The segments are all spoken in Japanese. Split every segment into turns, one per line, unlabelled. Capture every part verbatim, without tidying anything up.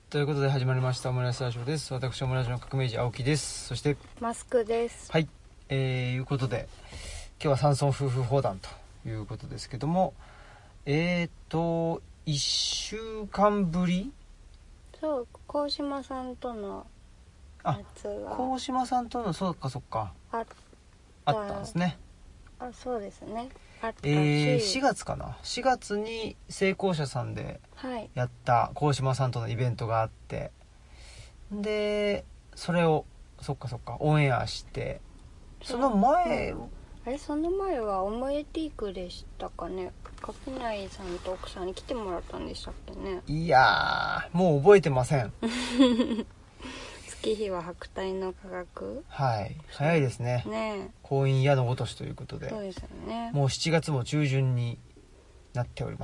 ということで始まりましたオムライスラジオです。私オムライスの革命児青木です。そして
マスクです。
はい、えー、いうことで今日は山村夫婦砲弾ということですけども、えーといっしゅうかんぶり、
そう、高島さんとのやつが
高島さんとのそうかそうか
あっ
あったんですね。
あ、そうですね、あったし、
えー、しがつかなしがつに成功者さんで
はい
やった高島さんとのイベントがあって、でそれをそっかそっかオンエアして、その前、
あれその前はオムエティークでしたかね。垣内さんと奥さんに来てもらったんでしたっけね。
いやーもう覚えてません
月日は白帯の科学。
はい早いですね。
ね
婚姻矢のごとしということで、
そうですよね。
もうしちがつも中旬になっております。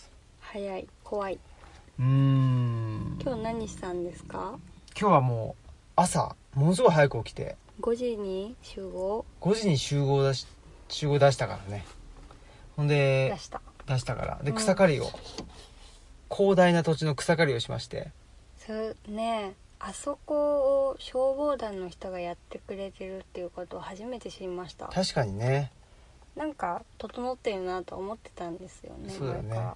早い、怖い。
うーん
今日何したんですか？
今日はもう朝ものすごい早く起きて
ごじに集合
ごじに集合出し集合出したからね。ほんで
出した
出したからで
うん
草刈りを、広大な土地の草刈りをしまして、
そうね、あそこを消防団の人がやってくれてるっていうことを初めて知りました。
確かにね。
なんか整ってるなと思ってたんですよね。
そうだよね
前から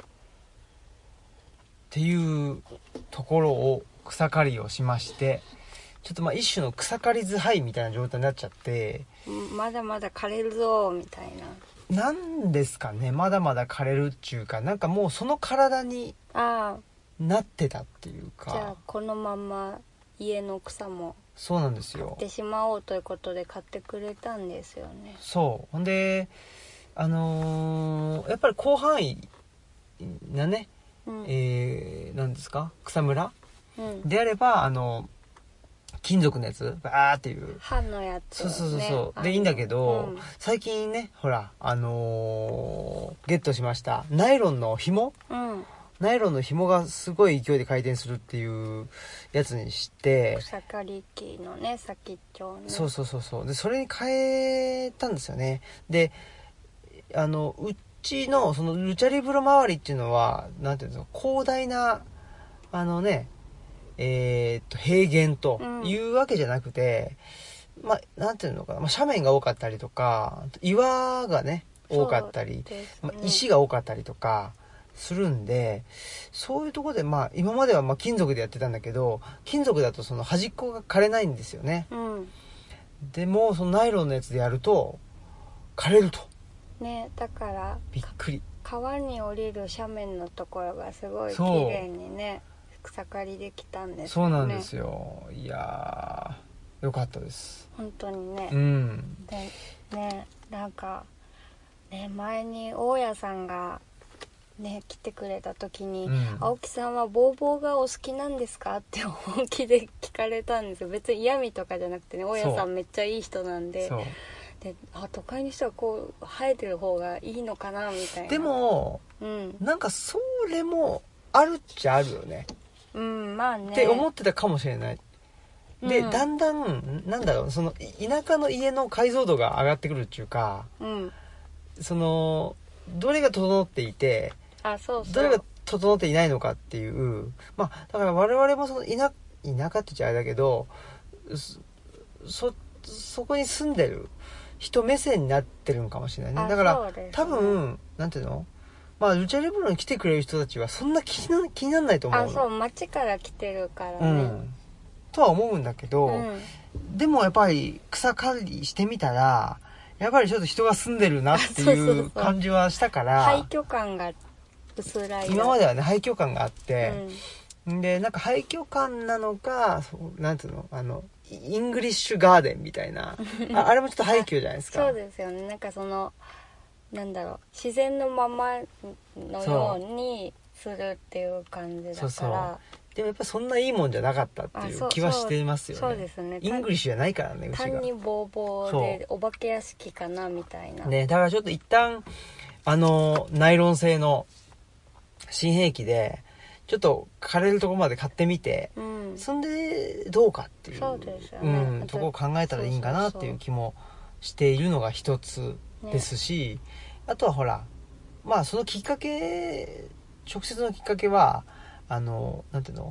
っていうところを草刈りをしまして、ちょっとまあ一種の草刈り図灰みたいな状態になっちゃって、
うんまだまだ枯れるぞみたいな。
なんですかね、まだまだ枯れるっていうか、なんかもうその体に
ああ、
なってたっていう
じゃあ
か。
このまま家の草も
そうなんです
買っ
よ。
てしまおうということで買ってくれたんですよね。
そうほんであのーやっぱり広範囲なね、
うん
えー、なんですか草むら
うん、
であれば、あの金属のやつバーっていう、
歯のやつ、ね、
そうそうそうそう
あの
でいいんだけど、
うん
最近ねほらあのーゲットしましたナイロンの紐
うん、
ナイロンの紐がすごい勢いで回転するっていうやつにして、
草刈り機のね先っちょをね。
そうそうそうそうでそれに変えたんですよね。であのうちのそのルチャリブロ周りっていうのはなんていうんですか、広大なあのねえー、っと平原というわけじゃなくて、うん、まあなんていうのかな、まあ、斜面が多かったりとか岩がね多かったり、
ね
まあ、石が多かったりとかするんで、そういうところでまあ今まではまあ金属でやってたんだけど、金属だとその端っこが枯れないんですよね。
うん、
でもそのナイロンのやつでやると枯れると。
ね、だから
びっくり。
川に降りる斜面のところがすごい綺麗にね草刈りできたんですよね。
そうなんですよ。いやーよかったです。
本当にね。
うん
でね、なんかね前に大家さんがね来てくれた時に、
うん、
青木さんはボーボーがお好きなんですかって本気で聞かれたんですよ。別に嫌味とかじゃなくてね、大家さんめっちゃいい人なんで、
そう
であ都会にしてはこう生えてる方がいいのかなみたいな。
でも、
うん、
なんかそれもあるっちゃあるよね、
うん、まあね
って思ってたかもしれない。で、
うん、
だんだんなんだろう、その田舎の家の解像度が上がってくるっていうか、
うん、
そのどれが整っていて、
あ、そうそう、
どれが整っていないのかっていう、まあだから我々もその田田舎って言っちゃあれだけど、そそこに住んでる人目線になってるのかもしれないね。だから、ね、多分なんていうの、まあルチャリブロに来てくれる人たちはそんな気にな気にならないと思うの。
あ、そう、町から来てるからね、
うん、とは思うんだけど、
うん、
でもやっぱり草刈りしてみたらやっぱりちょっと人が住んでるなっていう感じはしたから、
廃墟感が薄らいだ。
今まではね廃墟感があって、
うん、
でなんか廃墟感なのか、なんていうの、あのイングリッシュガーデンみたいなあ, あれもちょっと廃墟じゃないですか。
そうですよね。なんかそのなんだろう、自然のままのようにするっていう感じだから。そうそう、
でもやっぱそんないいもんじゃなかったっていう気はしていますよね。
そうですね。
イングリッシュじゃないからね、うちが
単にボーボーでお化け屋敷かなみたいな
ね。だからちょっと一旦あのナイロン製の新兵器でちょっと枯れるところまで買ってみて、うん、そんでどうかっていう、
そうですよね、
うん、とこを考えたらいいんかなっていう気もしているのが一つですし、ね、あとはほらまあそのきっかけ、直接のきっかけはあのなんていうの、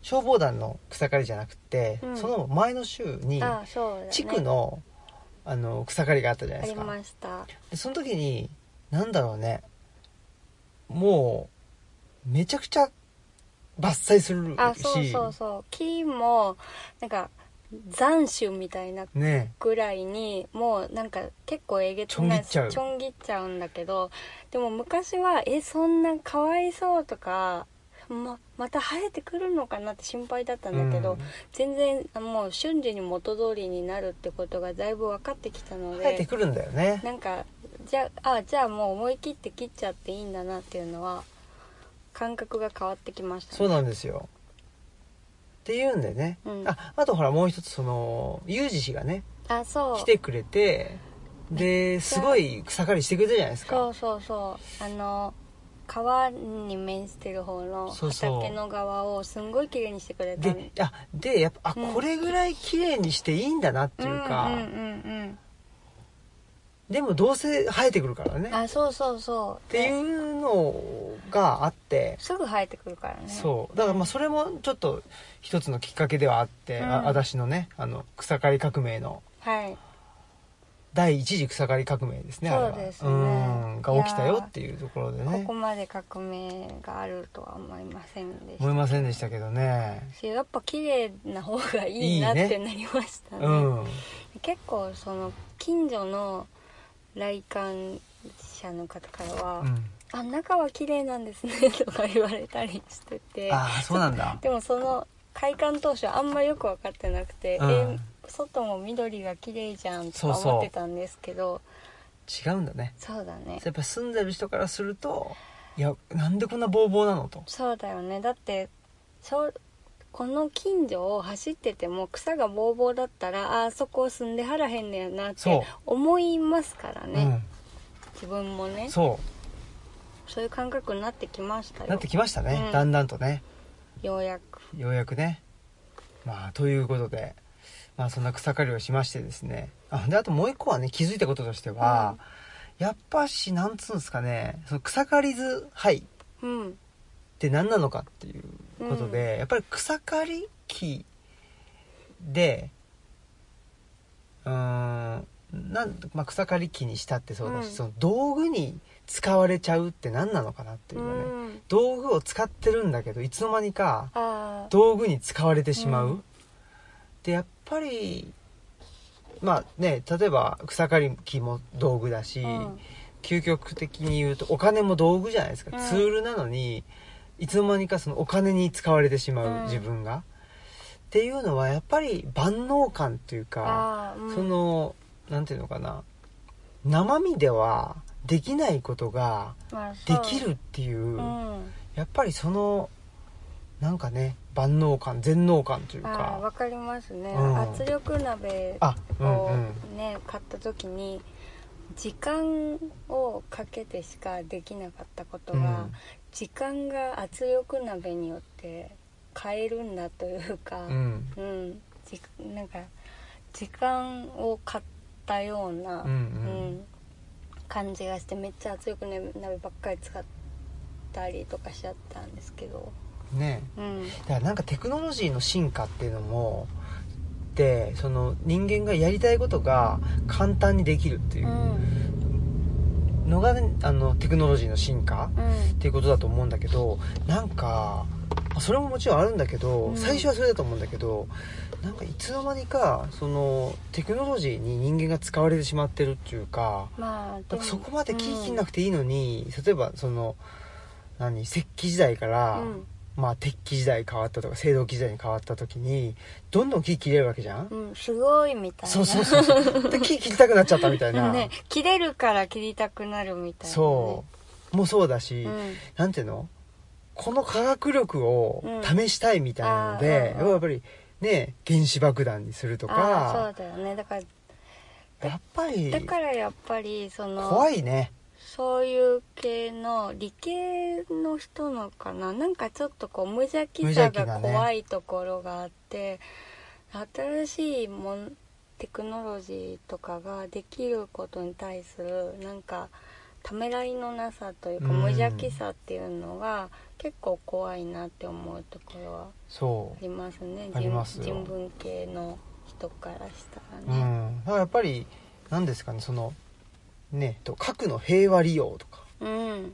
消防団の草刈りじゃなくて、
うん、
その前の週に地区の、あの草刈りがあったじゃないですか。
ありました。
でその時になんだろうね、もうめちゃくちゃ伐採するし、
あ、そうそうそう、木もなんか残種みたいなぐらいに、ね、もうなんか結構えげつないちょん切っちゃうんだけど、でも昔はえそんなかわいそうとか ま, また生えてくるのかなって心配だったんだけど、うん、全然もう瞬時に元通りになるってことがだいぶ分かってきたので、
生えてくるんだよね。
なんかじゃああじゃあもう思い切って切っちゃっていいんだなっていうのは感覚が変わってきましたね。
そうなんですよっていうんでね、うん、あ, あとほらもう一つそのユージ氏がね
あそう
来てくれて、ですごい草刈りしてくれたじゃないですか。
そうそうそうあの川に面してる方の畑の側をすんごい綺麗にしてくれた
であでやっぱあ、うん、これぐらい綺麗にしていいんだなっていうか、うんうんうんうん、でもどうせ生えてくるからね。
あそうそうそう
っていうのがあって
すぐ生えてくるからね。
そうだからまあそれもちょっと一つのきっかけではあって、うん、あ私のねあの草刈り革命の、
はい、
第一次草刈り革命ですね。
そうですね、
うんが起きたよっていうところでね。
ここまで革命があるとは思いませんでした。
思いませんでしたけどね。
やっぱ綺麗な方がいいなってなりましたね。いいね、うん、結構その近所の来館者の方からは、うん、あ中は綺麗なんですねとか言われたりしてて、
あそうなんだ。
でもその開館当初あんまよく分かってなくて、うん、え外も緑が綺麗じゃんとか思ってたんですけど、
そうそう違うんだね。
そうだね。
やっぱ住んでる人からするといやなんでこんなボーボーなのと。
そうだよね。だってそうこの近所を走ってても草がボーボーだったらあそこ住んではらへんねやなって思いますからね、うん、自分もねそうそういう感覚になってきましたよ。
なってきましたね、うん、だんだんとね。
ようやく
ようやくね。まあということでまあそんな草刈りをしましてですね。あであともう一個はね気づいたこととしては、うん、やっぱしなんつうんですかねその草刈り図はい
うん
って何なのかっていうことで、うん、やっぱり草刈り機でうーんなん、まあ、草刈り機にしたってそうだし、うん、その道具に使われちゃうって何なのかなっていうかね、うん、道具を使ってるんだけどいつの間にか道具に使われてしまう、うん、でやっぱりまあね例えば草刈り機も道具だし、うん、究極的に言うとお金も道具じゃないですか、ツールなのにいつの間にかそのお金に使われてしまう自分が、うん、っていうのはやっぱり万能感っていうか、うん、そのなんていうのかな生身ではできないことができるっていう、うん、やっぱりそのなんかね万能感全能感というか
わかりますね、うん、圧力鍋をね、うん、買った時に時間をかけてしかできなかったことが、うん、時間が圧力鍋によって変えるんだというか、うんうん、じなんか時間を買ったような、うんうんうん、感じがしてめっちゃ圧力鍋ばっかり使ったりとかしちゃったんですけど
ね、うん、だからなんかテクノロジーの進化っていうのもでその人間がやりたいことが簡単にできるっていうのが、ね、あのテクノロジーの進化、うん、っていうことだと思うんだけどなんかそれももちろんあるんだけど、うん、最初はそれだと思うんだけどなんかいつの間にかそのテクノロジーに人間が使われてしまってるっていうか、まあ、なんかそこまで気になくていいのに、うん、例えばその何石器時代から、うんまあ、鉄器時代変わったとか青銅器時代に変わった時にどんどん木切れるわけじゃん、
うん、すごいみたいな
そうそうそうそうで木切りたくなっちゃったみたいな、
ね、切れるから切りたくなるみたいな、ね、
そうもうそうだし、うん、なんていうのこの科学力を試したいみたいなので、うん、やっぱりね原子爆弾にするとか
そうだよねだから
やっぱり
だからやっぱりその
怖いね
そういう系の理系の人のかななんかちょっとこう無邪気さが怖いところがあって、ね、新しいもんテクノロジーとかができることに対するなんかためらいのなさというか、うん、無邪気さっていうのが結構怖いなって思うところはありますね。
ありますよ。
人文系の人からしたらね、
うん、だからやっぱり何ですかね、そのねと核の平和利用とか、
うん、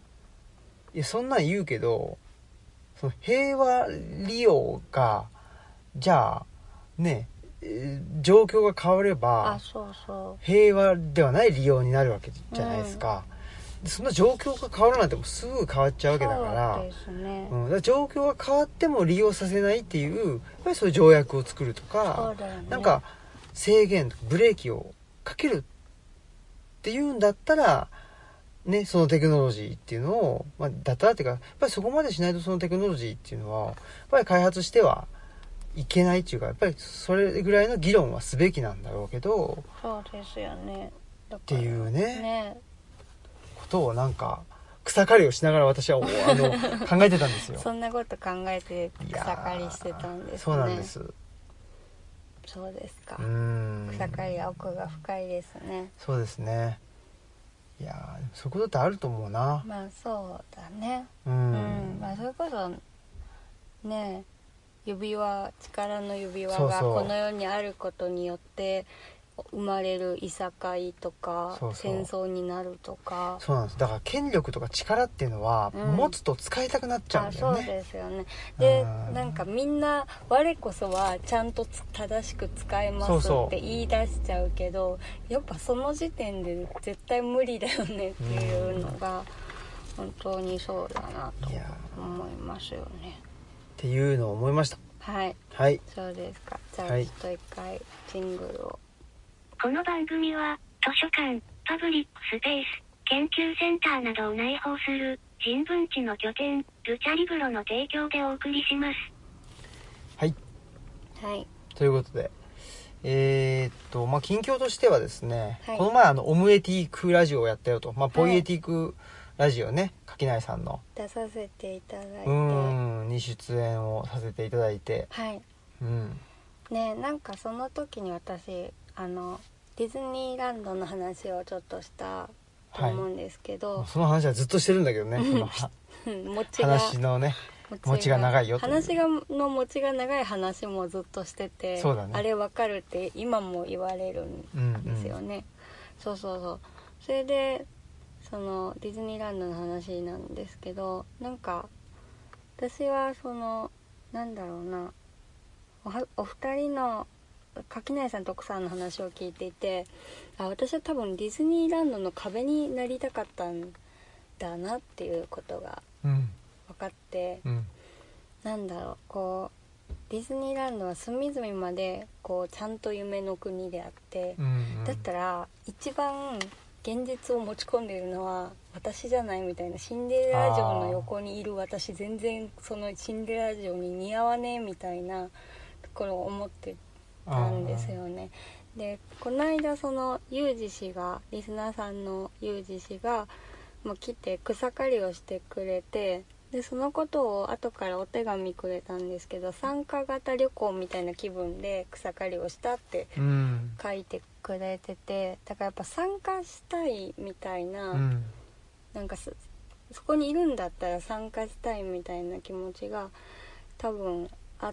いやそんなん言うけど、その平和利用がじゃあね状況が変われば
あそうそう
平和ではない利用になるわけじゃないですか、うん、その状況が変わらないともうすぐ変わっちゃうわけだから、
そうですね、
うん、だから状況が変わっても利用させないっていうやっぱりそういう条約を作るとか、
そうだよね、
なんか制限とかブレーキをかけるっていうんだったらね、そのテクノロジーっていうのを、まあ、だったらっていうかやっぱりそこまでしないとそのテクノロジーっていうのはやっぱり開発してはいけないっていうか、やっぱりそれぐらいの議論はすべきなんだろうけど、
そうですよね、だ
っていうね、
ね
ことをなんか草刈りをしながら私はあの考えてたんですよ。
そんなこと考えて草刈りしてたんですね。
そうなんです。
そうですか。
うーん、
草刈りは奥が深いですね。
そうですね。いやそういうことってあると思うな。
まあそうだね。
うん、うん、
まあそれこそね、指輪、力の指輪がこの世にあることによって生まれるいさかいとか、そうそう戦争になるとか、
そうなんです。だから権力とか力っていうのは、うん、持つと使いたくなっちゃうんだよね。
あ、そうですよね。で、なんかみんな我こそはちゃんと正しく使えますって言い出しちゃうけど、そうそうやっぱその時点で絶対無理だよねっていうのが本当にそうだなと思いますよね。
っていうのを思いました。
はい、
はい、
そうですか。じゃあちょっと一回ジングルを。
この番組は図書館、パブリックスペース、研究センターなどを内包する人文地の拠点、ルチャリブロの提供でお送りします。
はい、
はい、
ということでえー、っとまあ近況としてはですね、
はい、
この前あのオムエティークラジオをやったよと、まあ、ポイエティークラジオね、垣内さんの
出させていただいて、
うんに出演をさせていただいて、
はい、
うん、
ね、なんかその時に私あのディズニーランドの話をちょっとしたと思うんですけど、
はい、その話はずっとしてるんだけどねその話のね持ちが長いよという
話がの持ちが長い話もずっとしてて、
そうだね、
あれわかるって今も言われるんですよね、うんうん、そうそうそう。それでそのディズニーランドの話なんですけど、なんか私はそのなんだろうな、お, お二人の垣内さんと奥さんの話を聞いていて、あ、私は多分ディズニーランドの壁になりたかったんだなっていうことが分かって、
うん、
なんだろう、こうディズニーランドは隅々までこうちゃんと夢の国であって、
うんうん、
だったら一番現実を持ち込んでいるのは私じゃないみたいな、シンデレラ城の横にいる私全然そのシンデレラ城に似合わねえみたいなところを思ってたんですよね。でこの間そのユージ氏がリスナーさんのユージ氏がもう来て草刈りをしてくれて、でそのことを後からお手紙くれたんですけど、参加型旅行みたいな気分で草刈りをしたって書いてくれてて、だからやっぱ参加したいみたいな、うん、なんか そ, そこにいるんだったら参加したいみたいな気持ちが多分あって、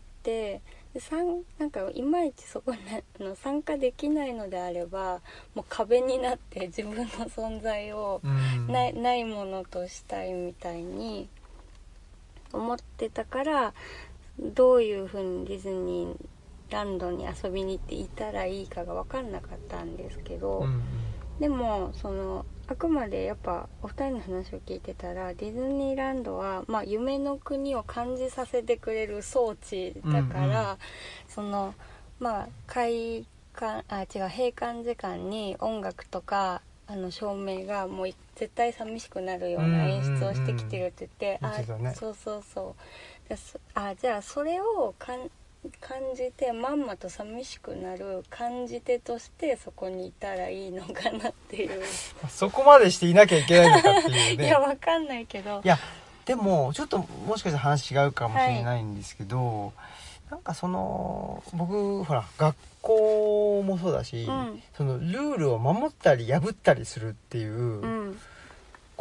でなんかいまいちそこにの参加できないのであればもう壁になって自分の存在をな い, ないものとしたいみたいに思ってたから、どういう風にディズニーランドに遊びに行っていたらいいかが分かんなかったんですけど、うん、でもそのあくまでやっぱお二人の話を聞いてたらディズニーランドは、まあ、夢の国を感じさせてくれる装置だから、うんうん、そのまあ開館あ違う閉館時間に音楽とかあの照明がもう絶対寂しくなるような演出をしてきてるって言って、
うんうんうん、
あ、そうそうそうであじゃあそれをかん感じてまんまと寂しくなる感じ手としてそこにいたらいいのかなっていう
そこまでしていなきゃいけないのかっていうね
いやわかんないけど、
いやでもちょっともしかしたら話違うかもしれないんですけど、はい、なんかその僕ほら学校もそうだし、うん、そのルールを守ったり破ったりするっていう、うん、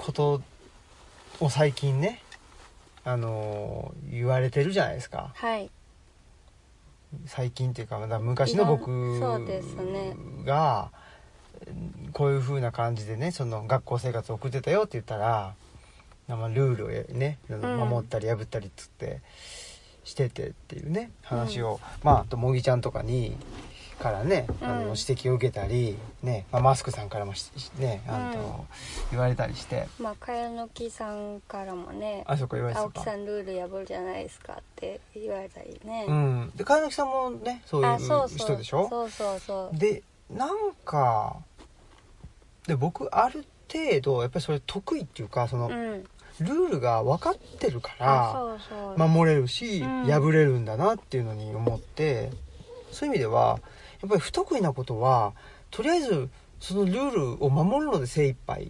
ことを最近ねあの言われてるじゃないですか。
はい。
最近っていうかまだ昔の僕
そうですね
がこういう風な感じでねその学校生活を送ってたよって言ったら、まあ、ルールをね守ったり破ったりっつってしててっていうね話を、うん、まああともぎちゃんとかにからね、あの指摘を受けたり、ねまあ、マスクさんからもねあの、うん、言われたりして、
まあ茅野木さんからもね
あそこ言われてた
青木さんルール破るじゃないですかって言われたりね、
うん、で茅野木さんもねそういう人でしょ。
そうそうそう
でなんかで僕ある程度やっぱりそれ得意っていうかその、うん、ルールが分かってるから守れるし、うん、破れるんだなっていうのに思って、そういう意味ではやっぱり不得意なことはとりあえずそのルールを守るので精一杯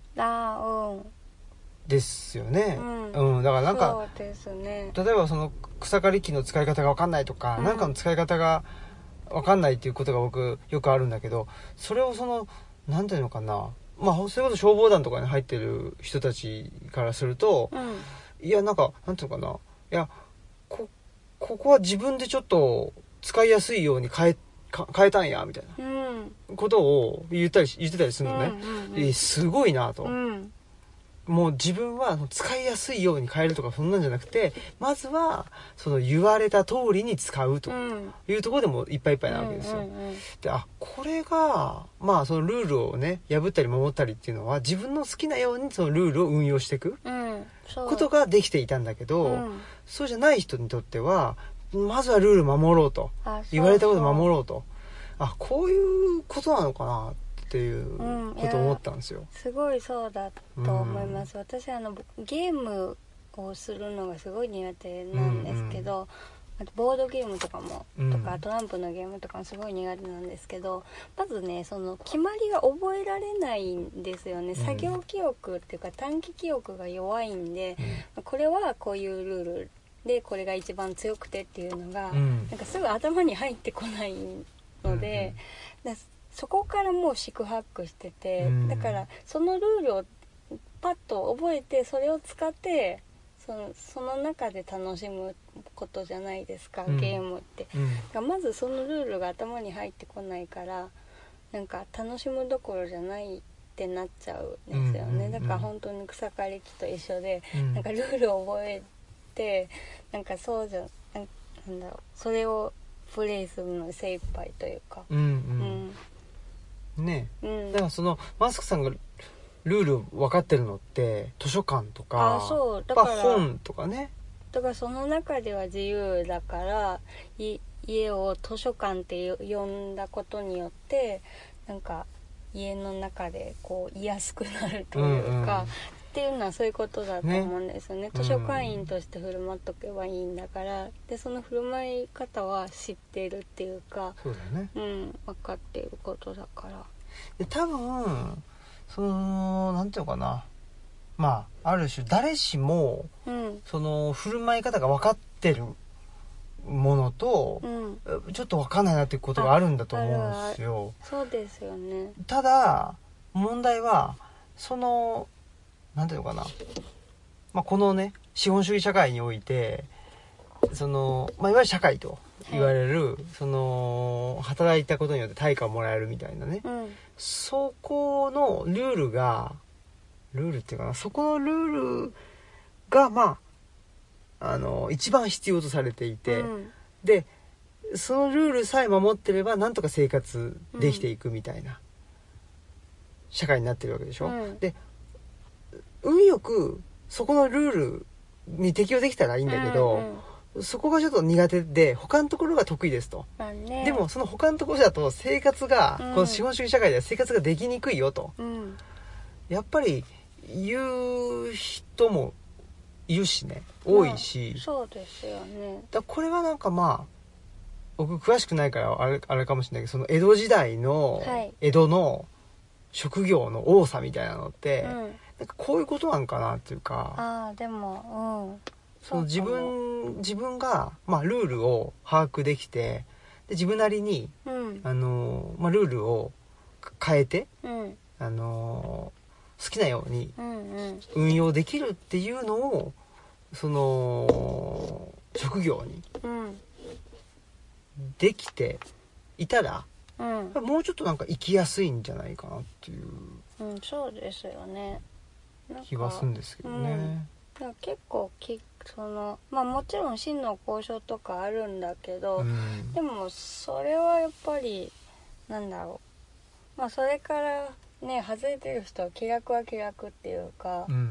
ですよね、うんうん、だからなんか
そうですね、
例えばその草刈り機の使い方が分かんないとか、うん、なんかの使い方が分かんないっていうことが僕よくあるんだけど、それをそのなんていうのかな、まあそれこそ消防団とかに入ってる人たちからすると、うん、いやなんかなんていうのかな、いや こ, ここは自分でちょっと使いやすいように変え変えたんやみたいなことを言ったり言ってたりするのね、うんうんうん、すごいなと、うん、もう自分は使いやすいように変えるとかそんなんじゃなくて、まずはその言われた通りに使うというところでもいっぱいいっぱいなわけですよ、うんうんうん、であこれがまあそのルールをね破ったり守ったりっていうのは自分の好きなようにそのルールを運用していくことができていたんだけど、うん、そうじゃない人にとってはまずはルール守ろうと、言われたこと守ろうと、あこういうことなのかなっていうことを思ったんですよ、うん、
すごいそうだと思います、うん、私あのゲームをするのがすごい苦手なんですけど、うんうん、あとボードゲームとかも、うん、とかトランプのゲームとかもすごい苦手なんですけど、まずねその決まりが覚えられないんですよね、うん、作業記憶っていうか短期記憶が弱いんで、うん、これはこういうルールでこれが一番強くてっていうのが、うん、なんかすぐ頭に入ってこないので、うんうん、そこからもう四苦八苦してて、うん、だからそのルールをパッと覚えてそれを使ってその、その中で楽しむことじゃないですか、うん、ゲームって、うん、だからまずそのルールが頭に入ってこないからなんか楽しむどころじゃないってなっちゃうんですよね、うんうんうん、だから本当に草刈り機と一緒で、うん、なんかルールを覚えてなんかそうじゃなんだろうそれをプレイするの精一杯というか、
うんうんうん、ねえ、うん、だからそのマスクさんがルール分かってるのって図書館とか、
あそうだから
本とかね、
だからその中では自由だからい家を図書館って呼んだことによってなんか家の中でこう居やすくなるというか、うんうん、っていうのはそういうことだと思うんですよね、ね、図書館員として振る舞っとけばいいんだから、でその振る舞い方は知ってるっていうか、
そうだね、
うん、分かっていることだから、
で多分そのなんていうのかな、まあある種誰しも、うん、その振る舞い方が分かってるものと、うん、ちょっと分かんないなっていうことがあるんだと思うんですよ。
そうですよね。
ただ問題はそのなんていうのかな、まあ、このね資本主義社会においてその、まあ、いわゆる社会と言われる、はい、その働いたことによって対価をもらえるみたいなね、うん、そこのルールがルールっていうかな、そこのルールがまああの一番必要とされていて、うん、でそのルールさえ守ってればなんとか生活できていくみたいな社会になってるわけでしょ、うん、で運よくそこのルールに適用できたらいいんだけど、うんうん、そこがちょっと苦手で他のところが得意ですと、まあね、でもその他のところだと生活が、うん、この資本主義社会では生活ができにくいよと、うん、やっぱり言う人もいるしね、多いし、
まあ、そうですよね。
だこれはなんかまあ僕詳しくないからあれ、あれかもしれないけど、その江戸時代の、はい、江戸の職業の多さみたいなのって、うん、なんかこういうことなんかなっていうか、
あでも、うん、
その自分自分が、まあ、ルールを把握できてで自分なりに、うん、あのまあ、ルールを変えて、うん、あの好きなように運用できるっていうのをその職業にできていたら、うん、もうちょっとなんか生きやすいんじゃないかなっていう、
うん、そうですよね。
気はするんですけどね。
うん、結構きそのまあもちろん真の交渉とかあるんだけど、うん、でもそれはやっぱりなんだろう、まあそれからね外れてる人は気楽は気楽っていうか、うん、うん、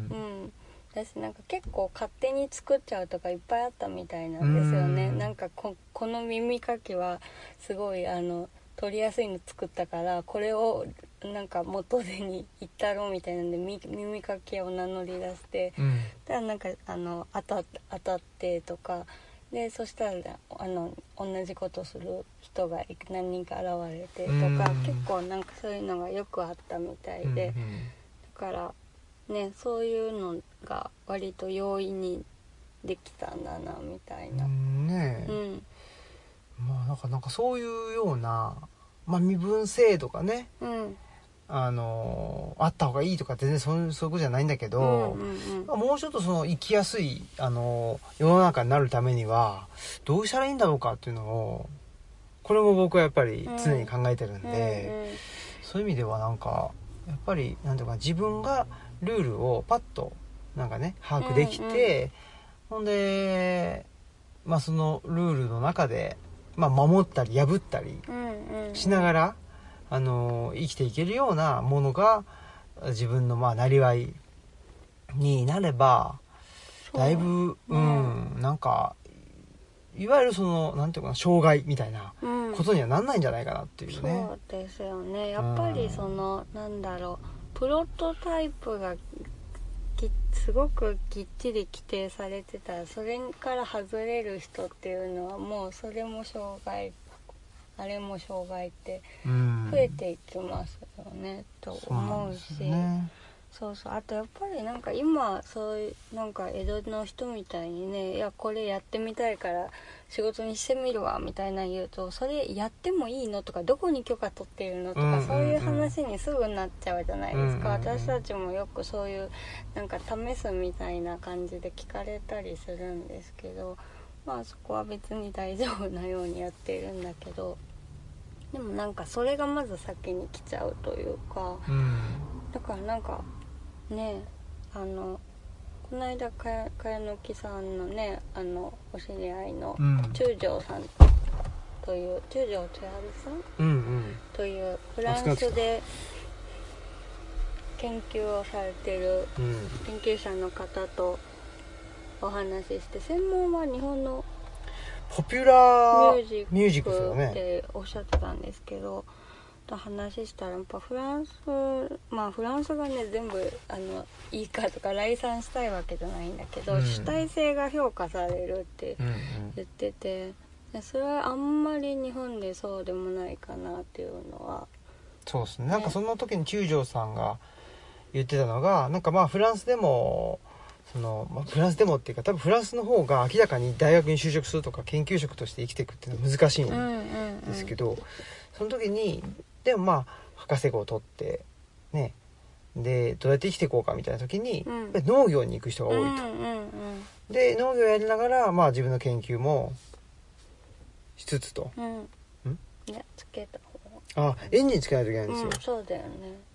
私なんか結構勝手に作っちゃうとかいっぱいあったみたいなんですよね。うん、なんか こ, この耳かきはすごいあの取りやすいの作ったからこれをなんか元手に行ったろうみたいなんで耳かきを名乗り出して、うん、だからなんかあの当た当たってとかで、そしたらあの同じことする人が何人か現れてとか、結構なんかそういうのがよくあったみたいで、うんうん、だからねそういうのが割と容易にできたんだなみたいな。
うんねえ、うんまあ、なんかなんかそういうような、まあ、身分制度がね、うん、あのあった方がいいとかって全然そういうそういうことじゃないんだけど、うんうんうん、もうちょっとその生きやすいあの世の中になるためにはどうしたらいいんだろうかっていうのをこれも僕はやっぱり常に考えてるんで、うんうんうん、そういう意味ではなんかやっぱりなんていうか自分がルールをパッとなんかね把握できて、うんうん、ほんでまあそのルールの中でまあ、守ったり破ったりしながら、うんうんうん、あの生きていけるようなものが自分のまあなりわいになればだいぶ、うん、なんかいわゆるそのなんていうかな障害みたいなことにはなんないんじゃないかなっていうね、
うん、そうですよね。やっぱりその、うん、なんだろうプロトタイプがすごくきっちり規定されてたらそれから外れる人っていうのはもうそれも障害あれも障害って増えていきますよね、うん、と思うし、そうね、そうそうあとやっぱりなんか今そういうなんか江戸の人みたいにねいやこれやってみたいから仕事にしてみるわみたいな言うとそれやってもいいのとかどこに許可取っているのとか、うんうんうん、そういう話にすぐなっちゃうじゃないですか、うんうんうん、私たちもよくそういうなんか試すみたいな感じで聞かれたりするんですけど、まあそこは別に大丈夫なようにやっているんだけど、でもなんかそれがまず先に来ちゃうというか、うん、だからなんかねあのこの間かやのきさんのねあのお知り合いの中条さんという、うん、中条千春さん、うんうん、というフランスで研究をされてる研究者の方とお話しして、専門は日本の
ポピュラー
ミュージックっておっしゃってたんですけど、と話したらやっぱフランスまあフランスがね全部あのいいかとか来賛したいわけじゃないんだけど、うん、主体性が評価されるって言ってて、うんうん、それはあんまり日本でそうでもないかなっていうのは
そうですね、なんかその時に中条さんが言ってたのがなんかまあフランスでもその、まあ、フランスでもっていうか多分フランスの方が明らかに大学に就職するとか研究職として生きていくっていうのは難しいんですけど、うんうんうん、その時にでもまあ博士号を取ってねでどうやって生きていこうかみたいな時に、うん、農業に行く人が多いと、うんうんうん、で農業をやりながら、まあ、自分の研究もしつつと、うん、
んいやつけた
方あエンジンつけないといけないんですよ、
うん、そうだよね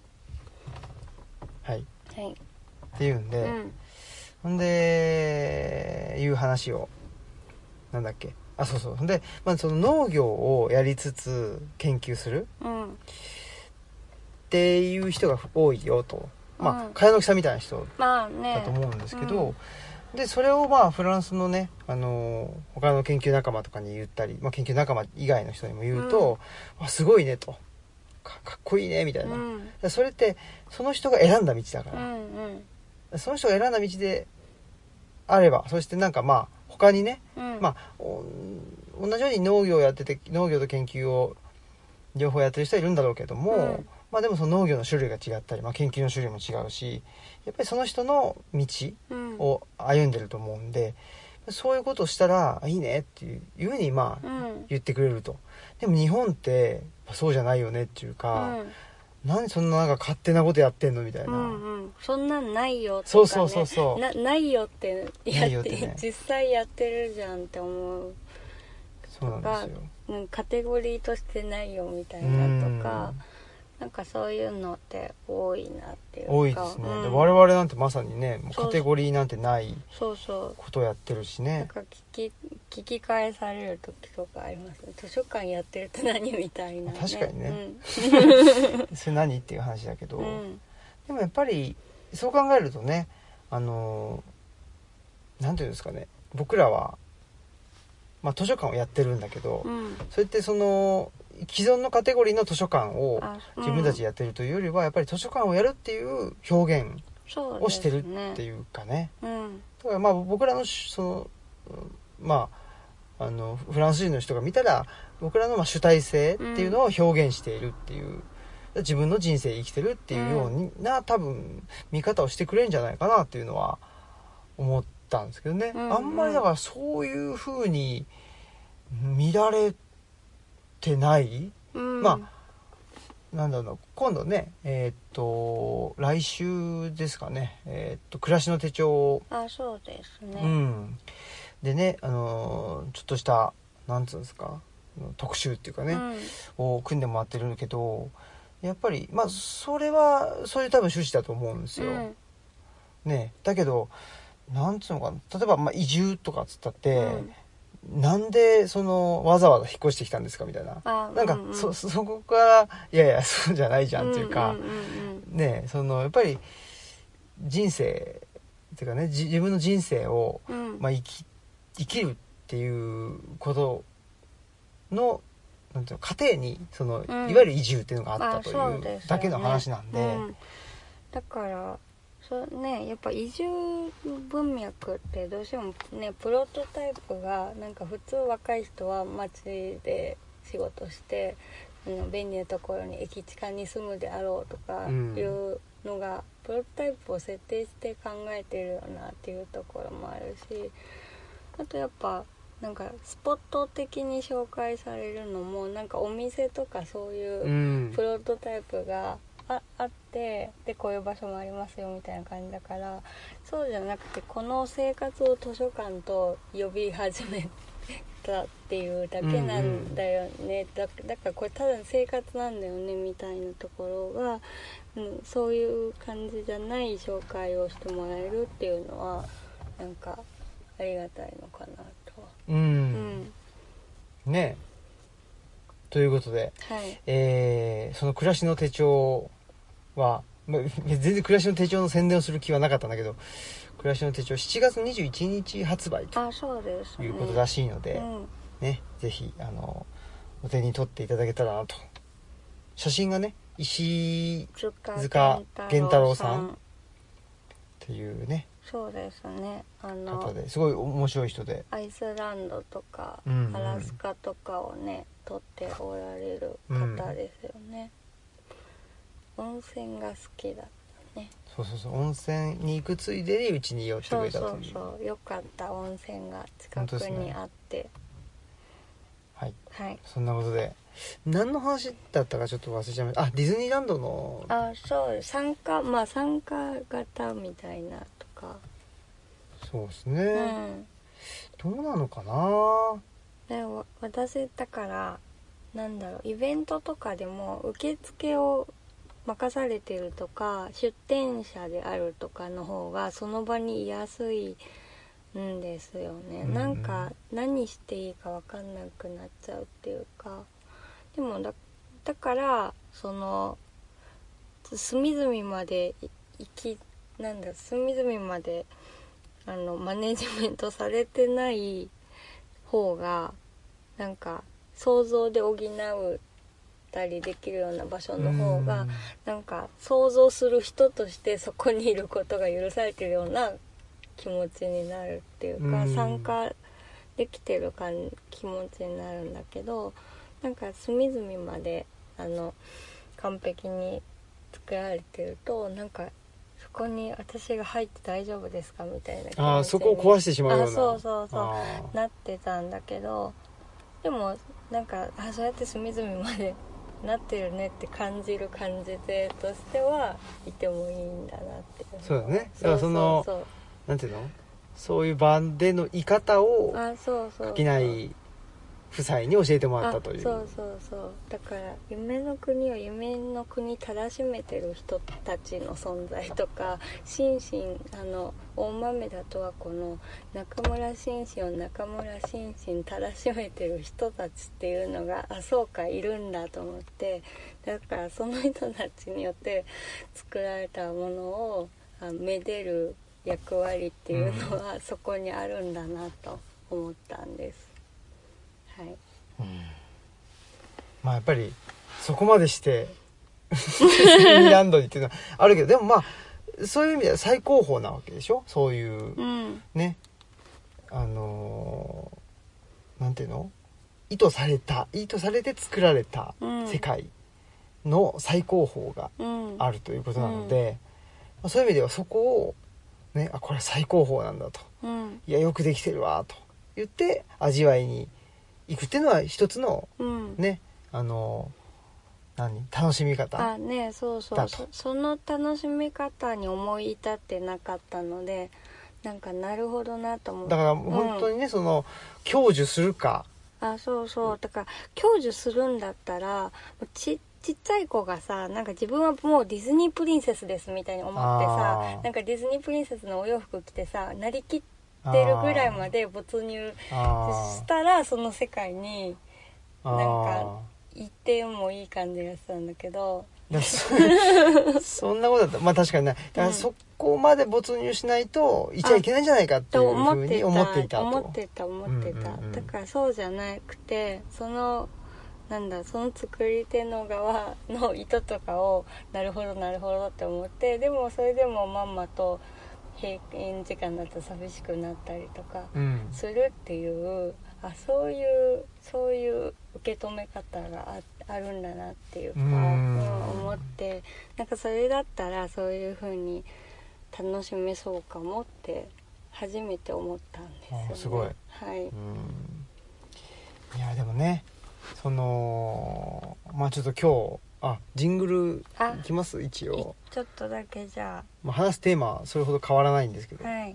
はい、
はい、
っていうんで、うん、ほんでいう話をなんだっけあそうそうで、まあ、その農業をやりつつ研究する、うん、っていう人が多いよと、まあ茅野木さんみたいな人だと思うんですけど、まあねうん、でそれをまあフランスのね、あのー、他の研究仲間とかに言ったり、まあ、研究仲間以外の人にも言うと、うん、すごいねと か, かっこいいねみたいな、うん、それってその人が選んだ道だから、うんうん、その人が選んだ道であればそしてなんかまあ他にね、うん、まあ同じように農業をやってて農業と研究を両方やってる人はいるんだろうけども、うん、まあでもその農業の種類が違ったり、まあ、研究の種類も違うしやっぱりその人の道を歩んでると思うんで、うん、そういうことをしたらいいねっていういうふうにまあ言ってくれると、でも日本ってそうじゃないよねっていうか、 何そんななんか勝手なことやってんのみたいな、
うんうん、そんなんないよとか、ね、
そうそうそうそう
なないよってやって、
ね、
実際やってるじゃんって思う。
そうなんですよ。
うん、カテゴリーとしてないよみたいなとか、なんかそういうのって多いなっていうか。
多いですね、
うん、
で我々なんてまさにねカテゴリーなんてないことをやってるしね。
なんか聞き、聞き返される時とかありますね。図書館やってるって何みたいな、ね、
確かにね、うん、それ何っていう話だけど、うん、でもやっぱりそう考えるとね、あのなんていうんですかね、僕らは、まあ、図書館をやってるんだけど、うん、それってその既存のカテゴリーの図書館を自分たちやってるというよりは、やっぱり図書館をやるっていう表現をしてるっていうかね。うん、だからまあ僕らのそのまああのフランス人の人が見たら僕らのまあ主体性っていうのを表現しているっていう、うん、自分の人生生きてるっていうような、うん、多分見方をしてくれるんじゃないかなっていうのは思ったんですけどね。うんうん、あんまりだからそういう風に見られてない、うん、まあなんだろう、今度ねえー、っと来週ですかね、えー、っと暮らしの手帳、
あ、そうですね、
うん、でね、あのー、ちょっとしたなんつうんですか特集っていうかね、うん、を組んでもらってるんだけど、やっぱりまあそれはそういう多分趣旨だと思うんですよ、うん、ね。だけどなんつうのかな、例えばまあ移住とかっつったって、うんなんでそのわざわざ引っ越してきたんですかみたいな、なんか、うんうん、そ, そこからいやいやそうじゃないじゃんっていうか、うんうんうんうん、ね、そのやっぱり人生っていうかね、自分の人生を、うんまあ、生き生きるっていうことのなんていうの過程にその、うん、いわゆる移住っていうのがあったというだけの話なんで、
うん、だからそうね、やっぱ移住文脈ってどうしてもねプロトタイプがなんか普通若い人は街で仕事してあの便利なところに駅近に住むであろうとかいうのが、うん、プロトタイプを設定して考えてるよなっていうところもあるし、あとやっぱなんかスポット的に紹介されるのもなんかお店とかそういうプロトタイプが、うんあ, あってでこういう場所もありますよみたいな感じだから、そうじゃなくてこの生活を図書館と呼び始めたっていうだけなんだよね、うんうん、だ, だからこれただの生活なんだよねみたいなところが、うん、そういう感じじゃない紹介をしてもらえるっていうのはなんかありがたいのかなと。
うん、うん、ねということで、はいえー、その暮らしの手帳は、まあ、全然暮らしの手帳の宣伝をする気はなかったんだけど、暮らしの手帳しちがつにじゅういちにち発売ということらしいので、で、ねうんね、ぜひあのお手に取っていただけたらなと。写真がね石塚源太郎さんっていうね、
そうですね、あの
方ですごい面白い人で
アイスランドとか、うんうん、アラスカとかをね撮っておられる方ですよね、うん、温泉が好きだったね。
そうそうそう、温泉に行くついでにうちに寄ってくれたという。
そうそうそう、よかった、温泉が近くにあって、ね、
はい、はい、そんなことで何の話だったかちょっと忘れちゃいました。あ、ディズニーランドの
あ、そう参加まあ参加型みたいなとか。
そうですね、うん、どうなのかな。
でも私だからなんだろう、イベントとかでも受付を任されてるとか出店者であるとかの方がその場に居やすいんですよね、うん、なんか何していいか分かんなくなっちゃうっていうか。でも だ, だからその隅々まで行きなんだ隅々まであのマネジメントされてない方がなんか想像で補うたりできるような場所の方がなんか想像する人としてそこにいることが許されてるような気持ちになるっていうか、参加できてる感気持ちになるんだけど、なんか隅々まであの完璧に作られてるとなんかそこに私が入って大丈夫ですかみたいな気持ちに、
あ、そこを壊してしまうような、
あ、そうそうそうなってたんだけど、でもなんかあそうやって隅々までなってるねって感じる感じでとしてはいてもいいんだなっていう。
そうだね。だからそのそうそうそうなんていうの、そういう場での居方を垣内夫妻に教えてもらったという。
そうそうそうだから夢の国を夢の国たらしめてる人たちの存在とか、心身あの大豆だとはこの中村心身を中村心身たらしめてる人たちっていうのがあそうかいるんだと思って、だからその人たちによって作られたものをあめでる役割っていうのは、うん、そこにあるんだなと思ったんです。はい、
うん、まあやっぱりそこまでしてディズニーランドにっていうのはあるけど、でもまあそういう意味では最高峰なわけでしょ。そういう、うん、ねあのー、なんていうの、意図された意図されて作られた世界の最高峰があるということなので、うん、そういう意味ではそこをね、あこれ最高峰なんだと、うん、いやよくできてるわと言って味わいに行くっていうのは一つの、うん、ねあの何楽しみ方
あねそうそう そ, その楽しみ方に思い至ってなかったので、なんかなるほどなと思って、
だから本当にね、うん、その享受するか
あそうそうだから享受するんだったらちちっちゃい子がさなんか自分はもうディズニープリンセスですみたいに思ってさ、なんかディズニープリンセスのお洋服着てさなりきってるぐらいまで没入したらその世界になんか行ってもいい感じがしたんだけど
そ, そんなことだったまあ確かにねだからそこまで没入しないといちゃいけないんじゃないかっていうふうに思っていたと
思ってた思ってた、うんうんうん、だからそうじゃなくてそのなんだその作り手の側の意図とかをなるほどなるほどって思って、でもそれでもまんまと閉園時間だと寂しくなったりとかするっていう、うん、あそういうそういう受け止め方が あ, あるんだなっていうか、うん、思って、なんかそれだったらそういう風に楽しめそうかもって初めて思ったんですよね。
すごい、
はい、うん
いやでもねそのまあちょっと今日あジングルいきます一応
ちょっとだけじゃあ、
まあ、話すテーマはそれほど変わらないんですけど、
はい、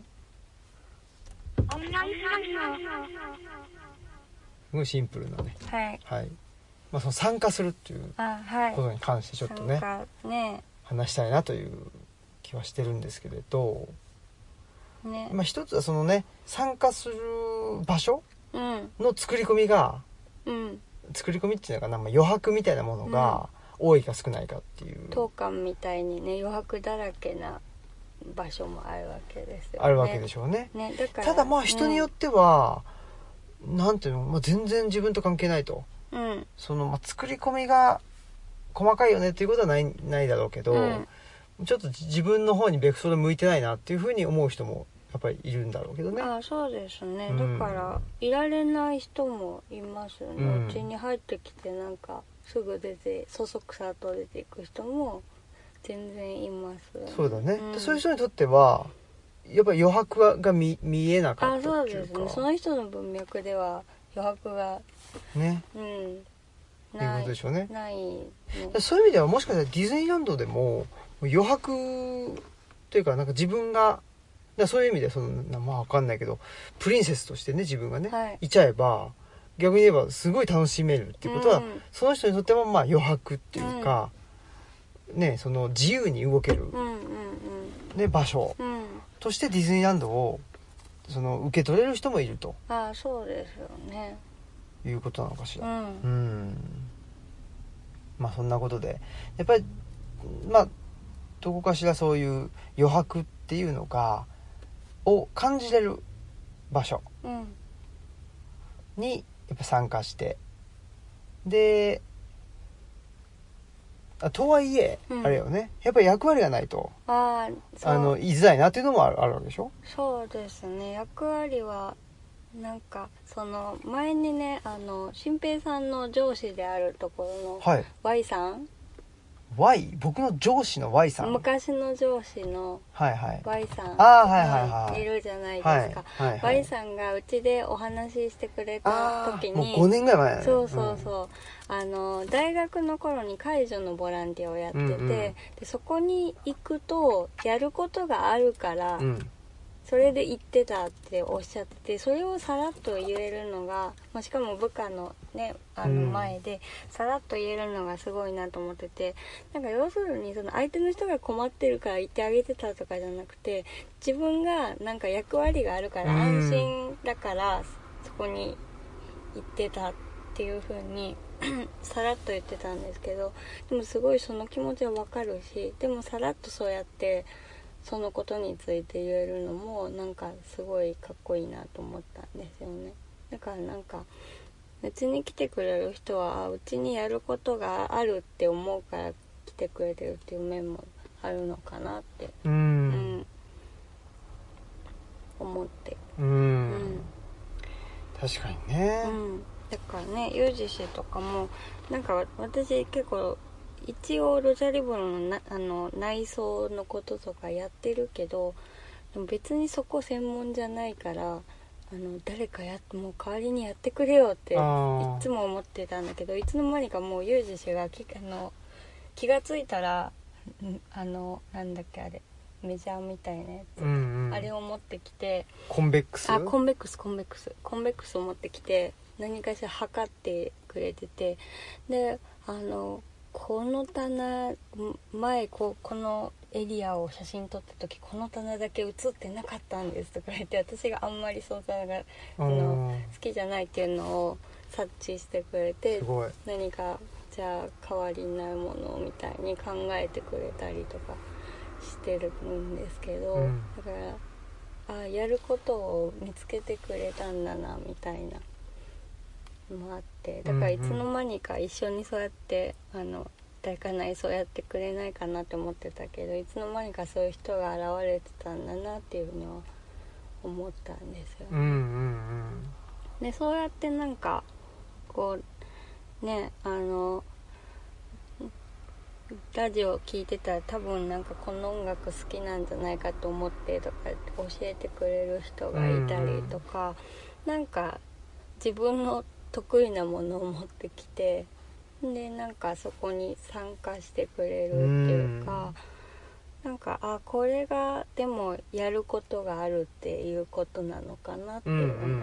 すごいシンプルなね、
はい
はいまあ、その参加するっていうことに関してちょっと ね,
ね
話したいなという気はしてるんですけれど、
ね
まあ、一つはそのね参加する場所の作り込みが、うん、作り込みっていうのかな、まあ、余白みたいなものが多いか少ないかっていう、
当館みたいにね余白だらけな場所もあるわけですよね。
あるわけでしょう ね,
ねだから
ただまあ人によっては、うん、なんていうの、まあ、全然自分と関係ないと、うん、そのまあ作り込みが細かいよねっていうことはない、ないだろうけど、うん、ちょっと自分の方にベクトル向いてないなっていうふうに思う人もやっぱりいるんだろうけどね。
ああそうですね、うん、だからいられない人もいますよね。うち、ん、に入ってきてなんかすぐ出てそそくさと出ていく人も全然います、ね、
そうだね、うん、そういう人にとってはやっぱり余白が 見, 見えなかったっていうか。
あそうですね、その人の文脈では余白が
ね、
うん、
ないいうことでしょうね。
ないね。
そういう意味ではもしかしたらディズニーランドでも余白というかなんか自分がだそういう意味でそのまあ分かんないけどプリンセスとしてね自分がね、はい、いちゃえば逆に言えばすごい楽しめるっていうことは、うん、その人にとってもまあ余白っていうか、うん、ねその自由に動ける、うんうんうんね、場所、うん、としてディズニーランドをその受け取れる人もいると。
ああそうですよね。
いうことなのかしら。
うん、
うんまあそんなことでやっぱりまあどこかしらそういう余白っていうのがを感じれる場所にやっぱ参加して、であとはいえ、うん、あれよねやっぱり役割がないと
あ
あの言いづらいなっていうのもある、あるわけでしょ。
そうですね、役割はなんかその前にねあの新平さんの上司であるところの Y さん、
Y 僕の上司の Y さん、
昔の上司の
はいはい
Y さん
あーはいはいはい
いるじゃないですか、
はいはいはい、
Y さんがうちでお話ししてくれた時に
もうごねんぐらい前だね。
そうそうそう、うん、あの大学の頃に介助のボランティアをやってて、うんうん、でそこに行くとやることがあるから、うん、それで行ってたっておっしゃってて、それをさらっと言えるのが、まあ、しかも部下のねあの前でさらっと言えるのがすごいなと思ってて、なんか要するにその相手の人が困ってるから言ってあげてたとかじゃなくて、自分がなんか役割があるから安心だからそこに行ってたっていう風にさらっと言ってたんですけど、でもすごいその気持ちはわかるし、でもさらっとそうやってそのことについて言えるのもなんかすごいかっこいいなと思ったんですよね。だからなんかうちに来てくれる人はうちにやることがあるって思うから来てくれてるっていう面もあるのかなって、うん、うん、思って、うん、うん、
確かにね、
うん、だからねユージ氏とかもなんか私結構一応ロジャリブロの、なあの内装のこととかやってるけど、でも別にそこ専門じゃないからあの誰かやもう代わりにやってくれよっていつも思ってたんだけど、いつの間にかもうユージ氏がきあの気がついたらあのなんだっけあれメジャーみたいなやつ、うんうん、あれを持ってきて
コンベックス
あコンベックスコンベックスコンベックスを持ってきて何かしら測ってくれてて、であのこの棚前ここのエリアを写真撮った時この棚だけ写ってなかったんですとか言って、私があんまりその棚があの好きじゃないっていうのを察知してくれて、何かじゃあ代わりになるものみたいに考えてくれたりとかしてるんですけど、うん、だからあやることを見つけてくれたんだなみたいなもあって、だからいつの間にか一緒にそうやってあの誰か内装やってくれないかなって思ってたけど、いつの間にかそういう人が現れてたんだなっていうのは思ったんですよね、うんうんうん、でそうやってなんかこうねあのラジオ聞いてたら多分なんかこの音楽好きなんじゃないかと思ってとか教えてくれる人がいたりとか、うんうん、なんか自分の得意なものを持ってきてでなんかそこに参加してくれるっていうか、うん、なんかあこれがでもやることがあるっていうことなのかなっていう、うんうんうんうん、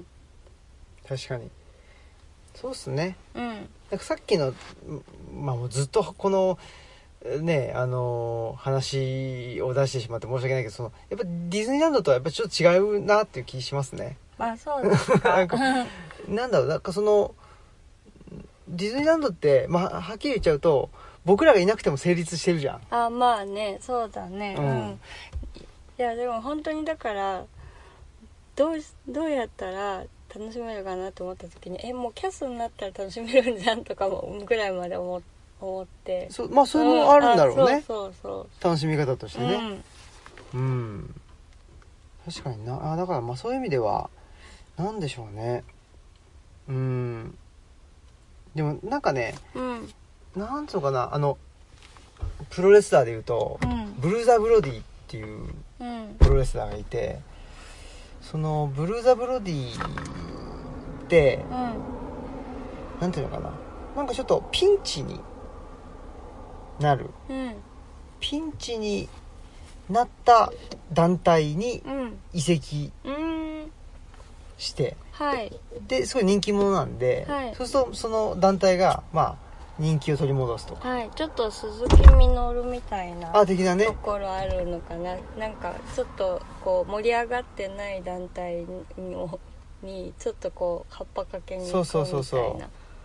確かにそうっすね、
うん、
なんかさっきの、まあ、もうずっとこのねあの話を出してしまって申し訳ないけど、そのやっぱディズニーランドとはやっぱちょっと違うなっていう気しますね。
あそうですか
なんかなんだろうなんかそのディズニーランドって、まあ、はっきり言っちゃうと僕らがいなくても成立してるじゃん。
あまあねそうだね、うん、うん、いやでも本当にだからどうどうやったら楽しめるかなと思った時にえもうキャスになったら楽しめるんじゃんとかもぐらいまで思思って
そまあそれもあるんだろうね、
うん、そうそうそう
楽しみ方としてね、うん、うん、確かになあ。だからまあそういう意味ではなんでしょうね、うんでもなんかね、
うん、
なんつうのかなあのプロレスラーでいうと、うん、ブルーザ・ブロディっていうプロレスラーがいて、そのブルーザ・ブロディって、うん、なんていうのかななんかちょっとピンチになる、
うん、
ピンチになった団体に移籍して、
うんはい、
ですごい人気者なんで、はい、そうするとその団体がまあ人気を取り戻すとか、
はい、ちょっと鈴木みのるみたいな
あ的なね
ところあるのかな。なんかちょっとこう盛り上がってない団体ににちょっとこう葉っぱかけに行くみたいな。そうそうそうそう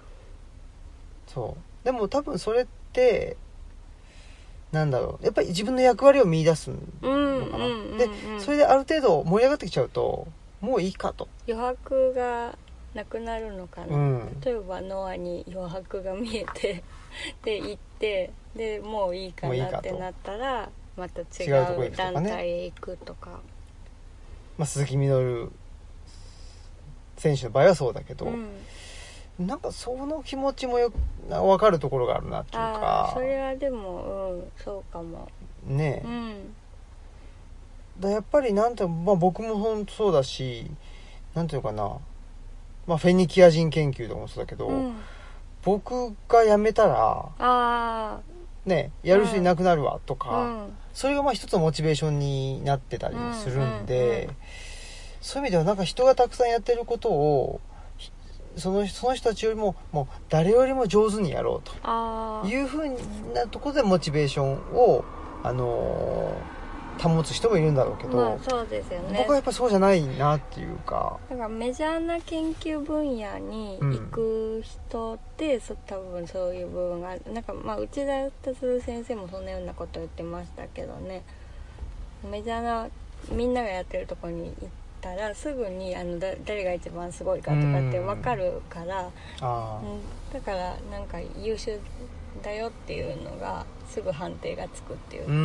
そうでも多分それってなんだろうやっぱり自分の役割を見出すのかな、うんうんうんうん、でそれである程度盛り上がってきちゃうともういいかと
余白がなくなるのかな、うん、例えばノアに余白が見えてで行ってでもういいかなってなったらまた違う団体へ行くとか、
まあ、鈴木みのる選手の場合はそうだけど、うん、 なんかその気持ちもよ分かるところがあるなっていうか。
あそれはでもうんそうかも
ねえ、
うん、
だやっぱりなんて、まあ、僕も本当そうだし、なんていうのかな、まあ、フェニキア人研究とかもそうだけど、
うん、
僕が辞めたら
あ
ねやる人いなくなるわとか、
うん、
それがまあ一つのモチベーションになってたりもするんで、
うんうんうん、
そういう意味ではなんか人がたくさんやってることをその、その人たちよりももう誰よりも上手にやろうというふうなところでモチベーションを、あのー、保つ人もいるんだろうけど、
まあそうですよね、
僕はやっぱそうじゃないなっていうか、
だからメジャーな研究分野に行く人って、うん、そ多分そういう部分がある。なんかまあ内田達先生もそんなようなこと言ってましたけどね、メジャーなみんながやってるところに行ったらすぐにあのだ誰が一番すごいかとかって分かるから、
あ
うん、だからなんか優秀だよっていうのがすぐ判定がつくっていうか、うん、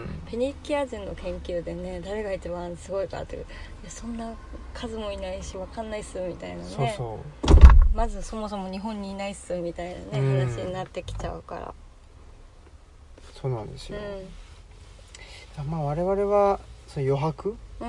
フェニキア人の研究でね誰が一番すごいかっていう、いやそんな数もいないし分かんないっすみたいなね、
そうそう
まずそもそも日本にいないっすみたいなね、うん、話になってきちゃうから。
そうなんですよ、うん、まあ我々はその余白、
うん、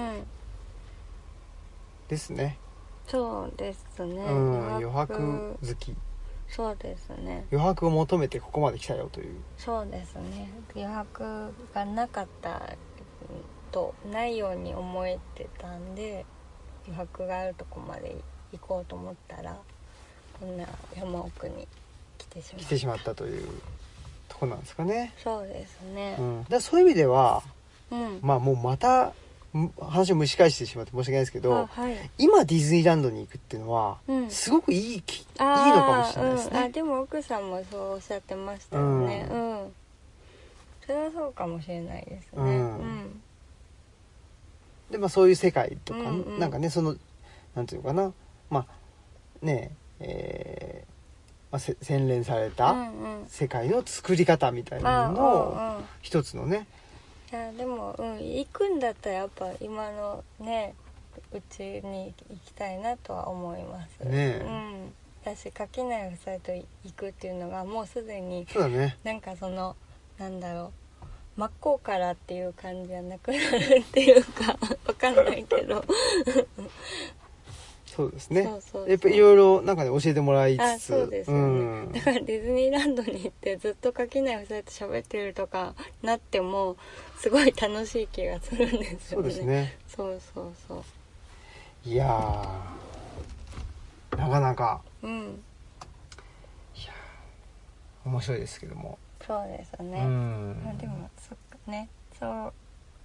ですね。
そうですね、
うん、余白好き。
そうですね、
余白を求めてここまで来たよという。
そうですね、余白がなかったとないように思えてたんで、余白があるとこまで行こうと思ったらこんな山奥に来てしまった
来てしまったというとこなんですかね。
そうですね、
うん、だそういう意味では、
うん、
まあもうまた話を蒸し返してしまって申し訳ないですけど、
はい、
今ディズニーランドに行くっていうのは、うん、すごくいい、いいのかもしれないですね、
うん、あでも奥さんもそうおっしゃってましたよね、うん、うん、それはそうかもしれないですね、うんうん、
でまあそういう世界とか、うんうん、なんかねそのなんていうのかな、まあねえーまあ、洗練された世界の作り方みたいなのの一つのね、
いやでも、うん、行くんだったらやっぱ今のねうちに行きたいなとは思います
ね、
うん、私垣内夫妻と行くっていうのがもうすでに
そうだね、
なんかそのなんだろう真っ向からっていう感じじゃなくなるっていうかわかんないけど
そうですね、
そうそうそう、
やっぱいろいろなんかね教えてもらいつつ、
あそうですよね、うん、だからディズニーランドに行ってずっと垣内夫妻と喋ってるとかなってもすごい楽しい気がするんですよね。
そうですね、
そうそうそう、
いやーなかなか、
うん、い
や面白いですけども、
そうですね、うん、まあ、でもそっかね、そう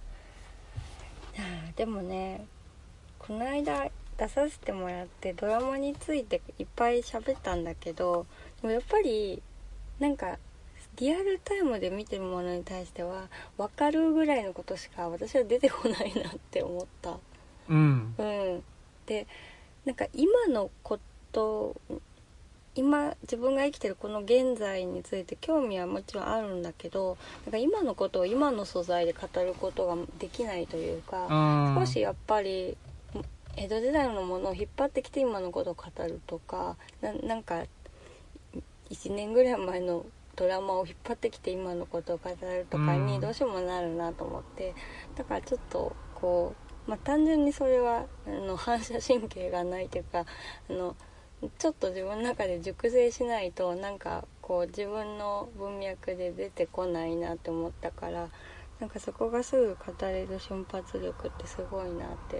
でもねこの間出させてもらってドラマについていっぱい喋ったんだけど、でもやっぱりなんかリアルタイムで見てるものに対しては分かるぐらいのことしか私は出てこないなって思った、
うん、
うん、でなんか今のこと今自分が生きてるこの現在について興味はもちろんあるんだけど、なんか今のことを今の素材で語ることができないというか、うん、少しやっぱり江戸時代のものを引っ張ってきて今のことを語るとか な, なんかいちねんぐらい前のドラマを引っ張ってきて今のことを語るとかにどうしようもなるなと思って、うん、だからちょっとこう、まあ、単純にそれはあの反射神経がないというか、あのちょっと自分の中で熟成しないとなんかこう自分の文脈で出てこないなって思ったから、なんかそこがすぐ語れる瞬発力ってすごいなって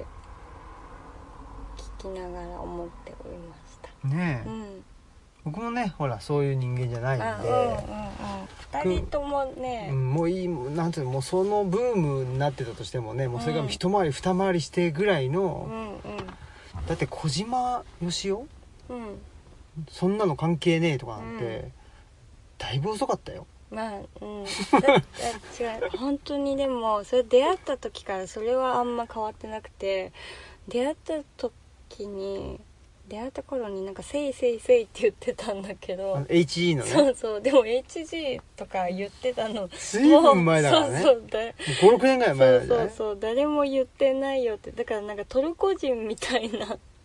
聞きながら思っておりました
ねえ、うん、僕もねほらそういう人間じゃないんで、あ、うんうんうん、
ふたりともね、
うん、もういいなんていうの、もうそのブームになってたとしてもね、もうそれが一回り二回りしてぐらいの、うんうん、だって小島よしお、うん、そんなの関係ねえとかなんて、うん、だいぶ遅かったよ。
まあ、うん、だだ違う本当に。でもそれ出会った時からそれはあんま変わってなくて、出会った時に出会った頃になんかせいせいせいって言ってたんだけど、
エイチジー のね、
そうそう、でも エイチジー とか言ってたの
ずいぶん前だからね、
そうそうだ
ごろくねんぐらい前だね、
そうそうそう、誰も言ってないよって、だからなんかトルコ人みたいな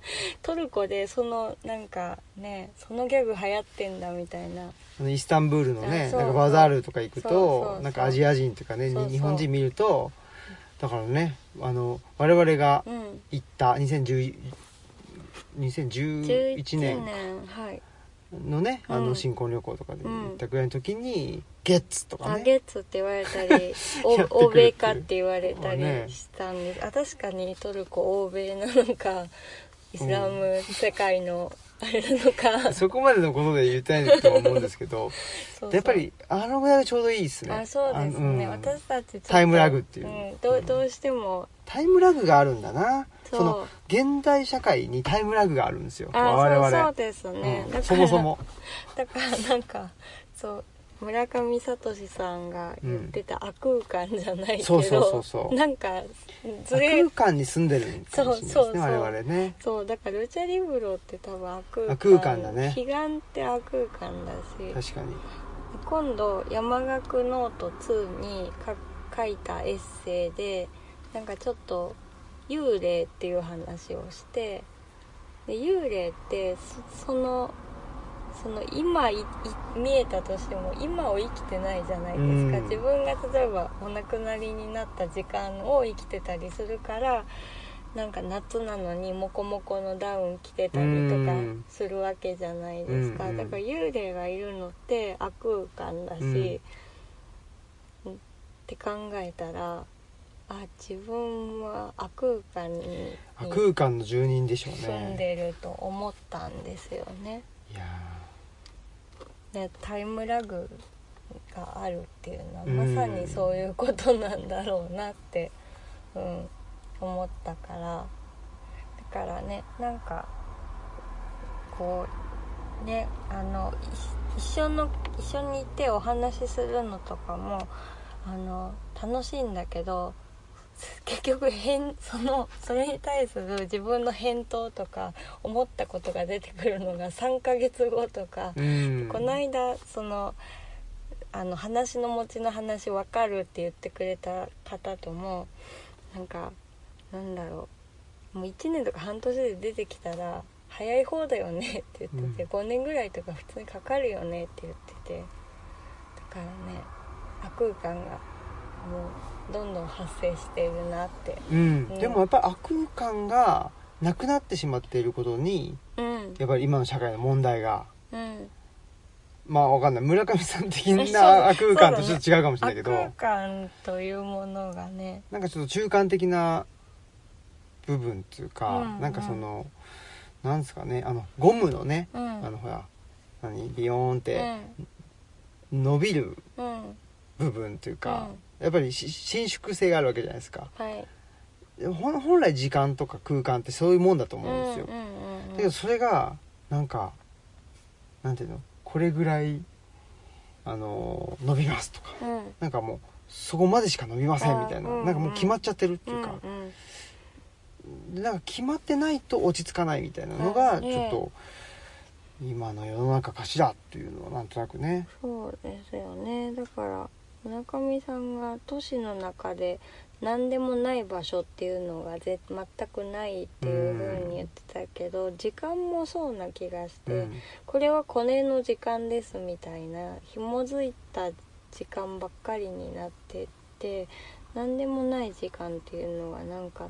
トルコでそのなんかねそのギャグ流行ってんだみたいな、
イスタンブールのね
そうそう
なんかバザールとか行く
そうそうそう
となんかアジア人とかね
そうそう
日本人見るとだからねあの我々が
うん
行ったにせんじゅう にせんじゅういちねん
はい
のねあ
うん
の新婚旅行とかで行ったぐらいの時にゲッツとかね
あゲッツって言われたり
やってくるっていう
欧米かって言われた
ね
りしたんです。あ確かにトルコ欧米なのかイスラム世界のあれなのか
そこまでのことで言いたいとは思うんですけど
そうそう
やっぱりあのぐらいがちょうどいいですね。
あそうですね、
あのうん
私たちちょっと
タイムラグっていう
うん、どうどうしても
タイムラグがあるんだな。
そう
その現代社会にタイムラグがあるんですよ
あ
我々。
そうそうですね、
うん
だから
そもそも
だからなんかそう村上聡さんが言ってた悪空間じゃないけど、
そうそうそうそう
なんかず
悪
れ
空間に住んでるかもしれないですね
そうそうそう
我々ね。
そうだからルチャリブロって多分悪空間
悪空間だね
彼岸って悪空間だし、
確かに
今度山岳ノートツーにか書いたエッセイでなんかちょっと幽霊っていう話をして、で幽霊ってそ、そのその今いい見えたとしても今を生きてないじゃないですか、
うん、
自分が例えばお亡くなりになった時間を生きてたりするからなんか夏なのにモコモコのダウン着てたりとかするわけじゃないですか、
うん、
だから幽霊がいるのって悪空間だし、うん、って考えたらあ自分は悪空間に
悪空間の住人でしょうね。
住んでると思ったんですよね。
いや
でタイムラグがあるっていうのはまさにそういうことなんだろうなって、うん、思ったからだからねなんかこうねあの一緒の一緒にいてお話しするのとかもあの楽しいんだけど結局変そのそれに対する自分の返答とか思ったことが出てくるのがさんかげつごとか、
うん、
この間そのあの話の持ちの話分かるって言ってくれた方ともなんかなんだろうもういちねんとか半年で出てきたら早い方だよねって言ってて、うん、ごねんぐらいとか普通にかかるよねって言っててだからね悪空間がもうどんどん発生しているなって、
うんうん、でもやっぱり悪空間がなくなってしまっていることに、うん、やっぱり今の社会の問題が、うん、まあわかんない村上さん的な悪空間とちょっと違うかもしれないけど、
悪空間というものがね
なんかちょっと中間的な部分っていうか、うんうん、なんかそのなんですかねあのゴムのね、うん、あのほら何ビヨーンって伸びる部分っていうか、うん、やっぱり伸縮性があるわけじゃないですか、はい、本来時間とか空間ってそういうもんだと思うんですよ、うんうんうんうん、だけどそれがなんかなんていうのこれぐらいあの伸びますとか、うん、なんかもうそこまでしか伸びませんみたいな、うんうん、なんかもう決まっちゃってるっていうか、うんうん、なんか決まってないと落ち着かないみたいなのがちょっと今の世の中かしらっていうのはなんとなくね。
そうですよね。だから村上さんが都市の中で何でもない場所っていうのがぜ全くないっていう風に言ってたけど、うん、時間もそうな気がして、うん、これはコネの時間ですみたいな紐づいた時間ばっかりになってって何でもない時間っていうのはなんか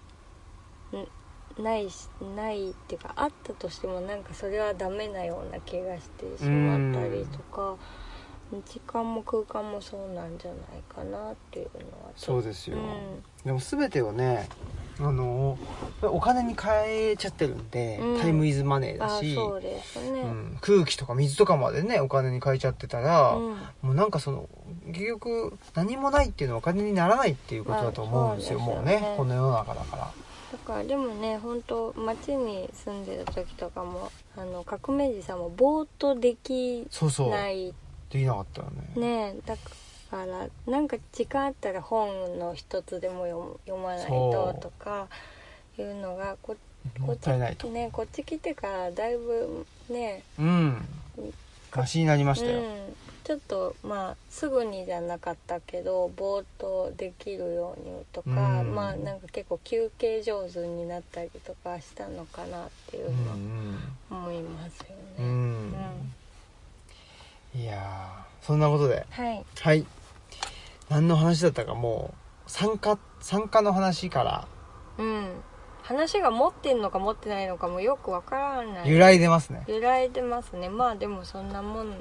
ないしないっていうかあったとしてもなんかそれはダメなような気がしてしまったりとか、うん、時間も空間もそうなんじゃないかなっていうのは
そうですよ、うん、でも全てをねあのお金に変えちゃってるんで、うん、タイムイズマネーだし、
そうですね、うん、
空気とか水とかまでねお金に変えちゃってたら、うん、もうなんかその結局何もないっていうのはお金にならないっていうことだと思うんですよ、もうねこの世の中だから。
だからでもね本当町に住んでる時とかもあの革命児さんもぼーっとできない
そうそうできなかったよね。
ねだからなんか時間あったら本の一つでも 読, 読まないととかいうのが こ,
もったいないと、
ね、こっち来てからだいぶね
うんマシになりましたよ、
ちょっとまあすぐにじゃなかったけどぼーっとできるようにとか、
うん、
まあなんか結構休憩上手になったりとかしたのかなっていうのは思いますよね。
うん、うんうん、いやーそんなことで、
はい、
はい、何の話だったかもう参加参加の話から、
うん、話が持ってんのか持ってないのかもよくわからない。
揺らいでますね。
揺らいでますね。まあでもそんなもん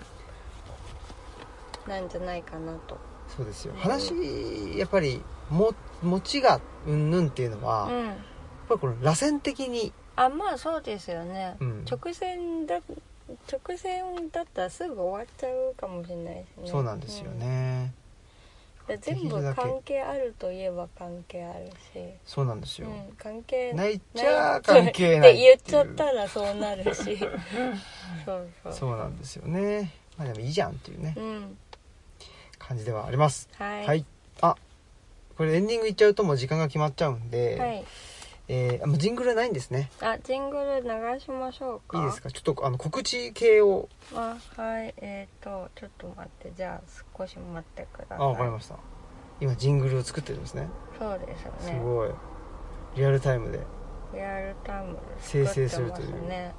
なんじゃないかなと。
そうですよ、うん、話やっぱりも持ちがうんぬんっていうのは、うん、やっぱりこの螺旋的に、
あ、まあそうですよね、うん、直線だ直線だったらすぐ終わっちゃうかもしれないですね。
そうなんですよね、
うん、全部関係あるといえば関係あるし、
そうなんですよ、
うん、関係
ないっちゃ関係ない
って言っちゃったらそうなるしそうそう
そうなんですよね。まあでもいいじゃんっていうね、
うん、
感じではあります。
はい、
はい、あ、これエンディングいっちゃうともう時間が決まっちゃうんで、はい、えー、もうジングルないんですね。
あ、ジングル流しましょうか。
いいですか。ちょっとあの告知系を。
あ、はい、えーとちょっと待って、じゃあ少し待ってください。
あ、わかりました。今ジングルを作ってるんですね。
そうですよね。
すごいリアルタイムで
リアルタイムで
生成するという、
ね、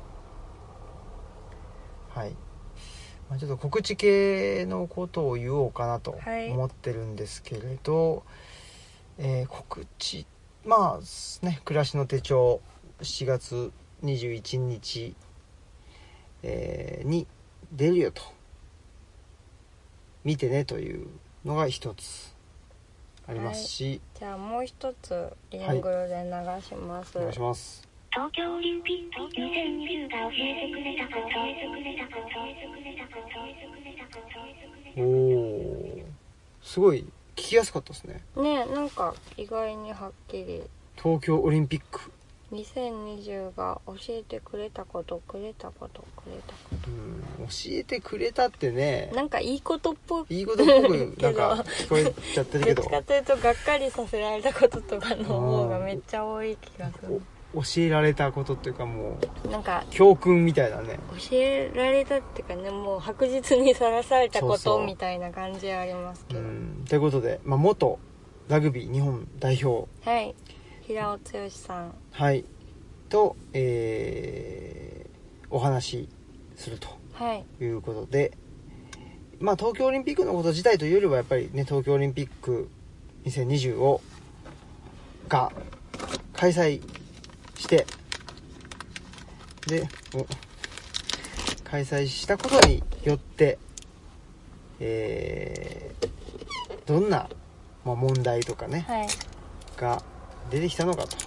はい、まあ、ちょっと告知系のことを言おうかなと思ってるんですけれど、はい、えー、告知、まあね、暮らしの手帳しちがつにじゅういちにち、えー、に出るよと、見てねというのが一つありますし、はい、
じゃあもう一つリングルで流します、
はい、お願いします。
東京オリンピックにせんにじゅうが教えてくれたこと教えてくれたこと教えてくれたこと教えてくれたこと教えてくれたこと。
おー、すごい聞きやすかったですね。
ねえ、なんか意外にはっきり
東京オリンピック
にせんにじゅうが教えてくれたことくれたことくれたこと、
うん、教えてくれたってね、
なんかいいことっぽ
いいことっぽくなんか聞こえちゃってるけど
どっちかというとがっかりさせられたこととかの方がめっちゃ多い気がする。
教えられたことっていうか、もう
なんか
教訓みたいなね、
教えられたっていうかね、もう白日にさらされたことみたいな感じはありますけど。
うん、ということで、まあ、元ラグビー日本代表、
はい、平尾剛さん、
はいと、えー、お話しするということで、はい、まあ東京オリンピックのこと自体というよりはやっぱりね、東京オリンピックにせんにじゅうをが開催してで開催したことによって、えー、どんな、まあ、問題とかね、はい、が出てきたのか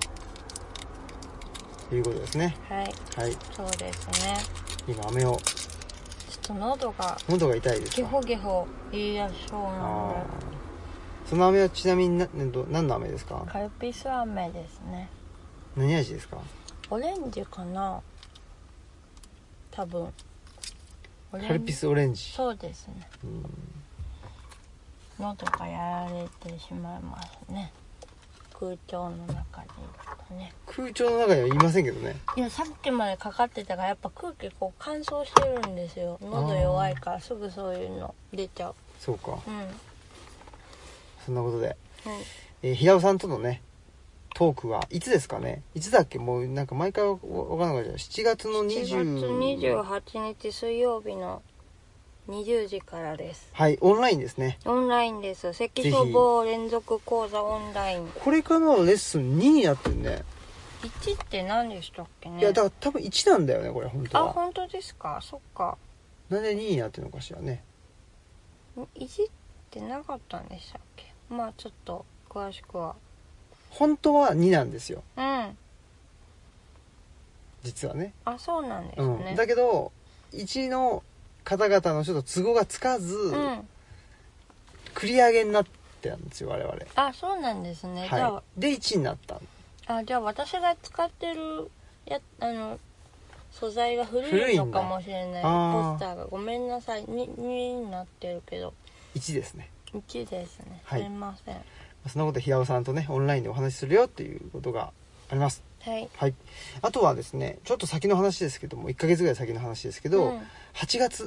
ということですね。
はい、はい、そうですね。
今飴をちょっ
と喉が
喉が痛いですか。
ゲホゲホ言いやすそうなので。
その飴はちなみに何の飴ですか。
カルピス飴ですね。
何味ですか。
オレンジかな、多分。
カルピスオレンジ。
そうですね。うん、喉がやられてしまいますね、空調の中にいるとね。
空調の中にはいませんけどね。
いや、さっきまでかかってたからやっぱ空気こう乾燥してるんですよ。喉弱いからすぐそういうの出ちゃう。
そうか、
うん、
そんなことで、はい、えー、平尾さんとのねトークはいつですかね。いつだっけ、もうなんか毎回わからなかった。しちがつのにじゅう
しちがつにじゅうはちにち水曜日のにじゅうじからです。
はい、オンラインですね。
オンラインです。関消防連続講座オンライン。
これからのレッスンにになってるね。
いちって何でしたっけね。
いやだから多分いちなんだよね、これ本当は。
あ、本当ですか。そっか。
なんでにになってるのかしらね。
いちってなかったんでしたっけ。まあちょっと詳しくは。
本当はになんですよ。
うん。
実はね。
あ、そうなんですね。
うん、だけどいちの方々のちょっと都合がつかず、うん、繰り上げになってたんですよ我々。
あ、そうなんですね。
はい、じゃあでいちになった。
あ、じゃあ私が使ってるやあの素材が古いのかもしれない。ポスターがごめんなさい に, になってるけど
いちですね。
いちですね、
はい、
すいません。
そのことで平尾さんとねオンラインでお話しするよっていうことがあります。
はい、
はい、あとはですねちょっと先の話ですけどもいっかげつぐらい先の話ですけど、うん、はちがつ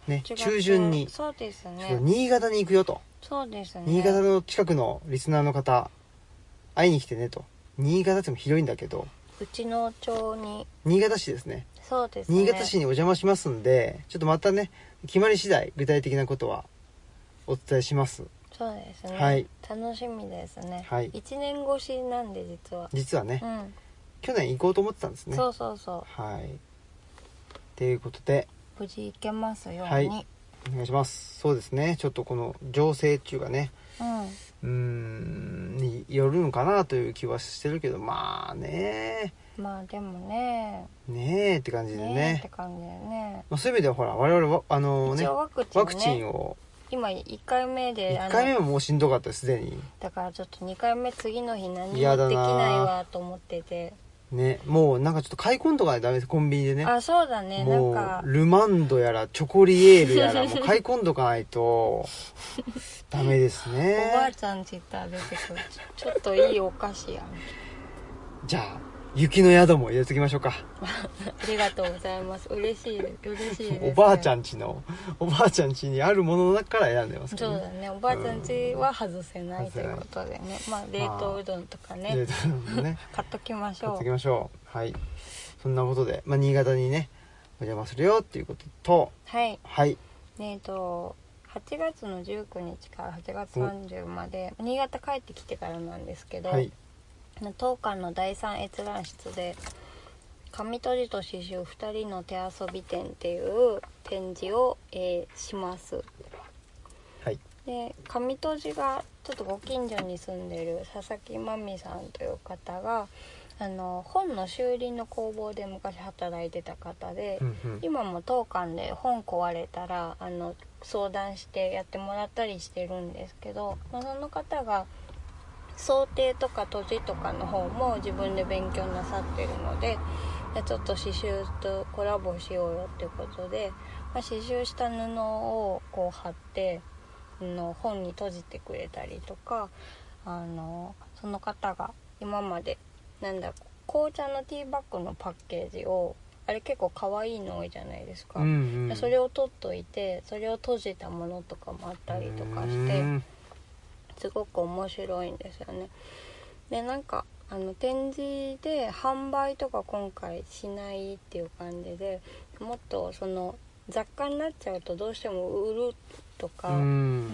ね、中旬に
そうですね、
ちょっと新潟に行くよと。
そうですね、
新潟の近くのリスナーの方会いに来てねと。新潟っても広いんだけど、
内野町に、
新潟市ですね。
そうですね、
新潟市にお邪魔しますんで、ちょっとまたね決まり次第具体的なことはお伝えします。
そうですね、
はい、
楽しみですね、
はい、
いちねん越しなんで実は
実はね、
うん、
去年行こうと思ってたんですね。
そうそうそう、
はい、ということで
無事行けますように、
はい、お願いします。そうですね、ちょっとこの情勢っていうかね、
うん
うーんによるのかなという気はしてるけど、まあね
まあでもね
ねえって感じで ね,
ねって感じでね、
まあ、そういう意味ではほら我々はあのね
一応ワクチン、ね、
ワクチンを
今いっかいめで、
いっかいめももうしんどかったですすでに。
だからちょっとにかいめ次の日何もできないわと思ってて
ね、もうなんかちょっと買い込んとかないとダメです、コンビニでね。
あ、そうだね、
もう
なんか
ルマンドやらチョコリエールやらもう買い込んどかないとダメですね。
おばあちゃんち行ったら出てくるちょっといいお菓子やん
じゃあ雪の宿も入れときましょうか
ありがとうございます、嬉しい嬉しいです、ね、
おばあちゃんちのおばあちゃんちにあるものの中から選んでますけど、ね、
そうだね、おばあちゃんちは外せない、うん、ということでね、まあ冷凍うどんとかね、
冷凍うどんね
買っときましょう
買っときましょう。はい、そんなことで、まあ、新潟にねお邪魔するよっていうことと、
はい
はい
えっとはちがつのじゅうくにちからはちがつさんじゅうまで新潟帰ってきてからなんですけど、
はい
当館のだいさん閲覧室で紙とじと刺繍ふたりの手遊び展っていう展示を、えー、します。
はい、
で紙とじがちょっとご近所に住んでる佐々木真美さんという方があの本の修理の工房で昔働いてた方で、
うんうん、
今も当館で本壊れたらあの相談してやってもらったりしてるんですけど、まあ、その方が想定とか閉じとかの方も自分で勉強なさってるので、ちょっと刺繍とコラボしようよっていうことで、まあ、刺繍した布をこう貼っての本に閉じてくれたりとか、あのその方が今までなんだ紅茶のティーバッグのパッケージをあれ結構可愛いの多いじゃないですか、
うんうん、
それを取っといてそれを閉じたものとかもあったりとかしてすごく面白いんですよね。でなんかあの展示で販売とか今回しないっていう感じで、もっとその雑貨になっちゃうとどうしても売るとか、うん、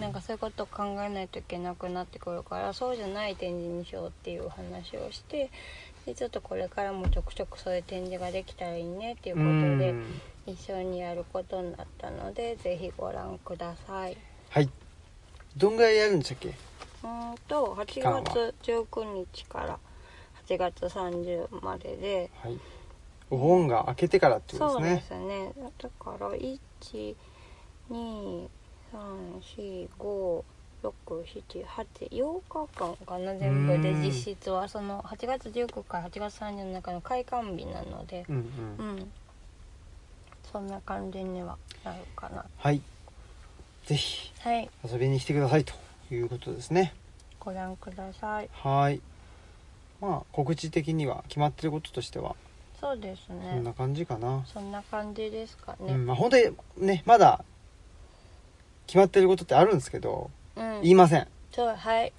なんかそういうことを考えないといけなくなってくるから、そうじゃない展示にしようっていう話をして、でちょっとこれからもちょくちょくそういう展示ができたらいいねっていうことで一緒にやることになったので、ぜひご覧ください。
はい。どんぐらいやるんでしたっけ？
うんとはちがつじゅうくにちからはちがつさんじゅうまでで、
はい、お盆が明けてからってことですね。
そうですね。だからいち、に、さん、し、ご、ろく、しち、はち、ようかかんかな全部で、実質はそのはちがつじゅうくからはちがつさんじゅうの中の開館日なので、
うんうん、
うん、そんな感じにはなるかな。
はい、ぜひ遊びに来てくださいということですね。
ご覧ください。
はい。まあ告知的には決まってることとしては
そうですね、
そんな感じかな。
そんな感じですかね、
うん、まあ本当にねまだ決まってることってあるんですけど、うん、言いません。
そう、はい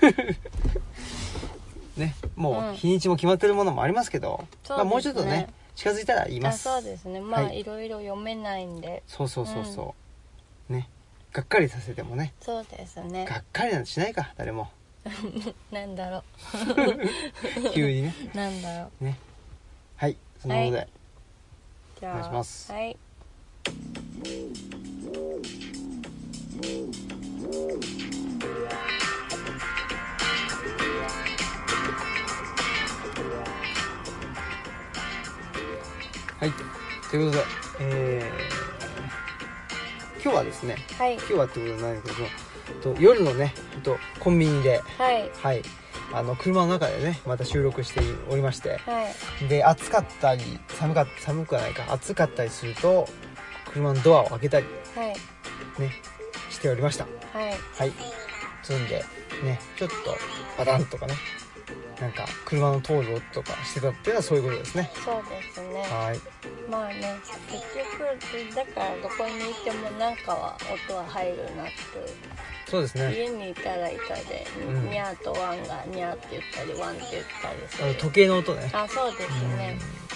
ね、もう日にちも決まってるものもありますけど、うん、まあ、もうちょっとね近づいたら言います。
あ、そうですね、まあ、はい、いろいろ読めないんで、
そうそうそうそう、うん、ね、がっかりさせてもね。
そうですね、
がっかりなんてしないか誰も
なんだろう
急にね
なんだろ
うね。はい、そのことで、はい、
じゃあ
お願いします。
はい。
はい、ということで、えー、今日はですね、はい、今日はってことはないんですけど、夜のね、とコンビニで、
はい、
はい、あの車の中でねまた収録しておりまして、
はい、で
暑かったり寒か寒くはないか暑かったりすると車のドアを開けたり、
はい、
ねしておりました。
はい、
はい、そんでねちょっとバタンとかねなんか車の通る音とかしてたっていうのはそういうことですね。
そうですね。
はい。
まあね、結局だからどこにいてもなんかは音は入るなって。
そうですね。
家にいたらいたで、うん、ニャーとワンがニャーって言ったりワンって言ったりする。
あの時計の音ね。
あ、そうですね。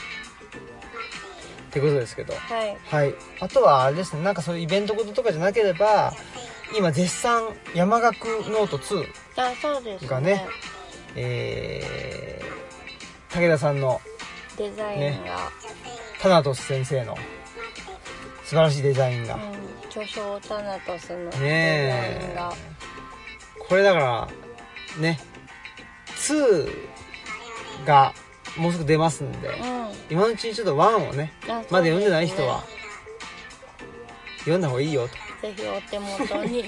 ってことですけど。
はい。
はい。あとはあれですね、なんかそういうイベントごととかじゃなければ、今絶賛山岳ノートツー
あ、そうですね。
がね、えー、武田さんの
デザインが、ね、
タナトス先生の素晴らしいデザインが、うん、
巨匠タナトスのデザインが、ね、
これだからねツーがもうすぐ出ますんで、うん、今のうちにちょっとワンをね、まだ読んでない人は読んだ方がいいよと。
ぜひお手元に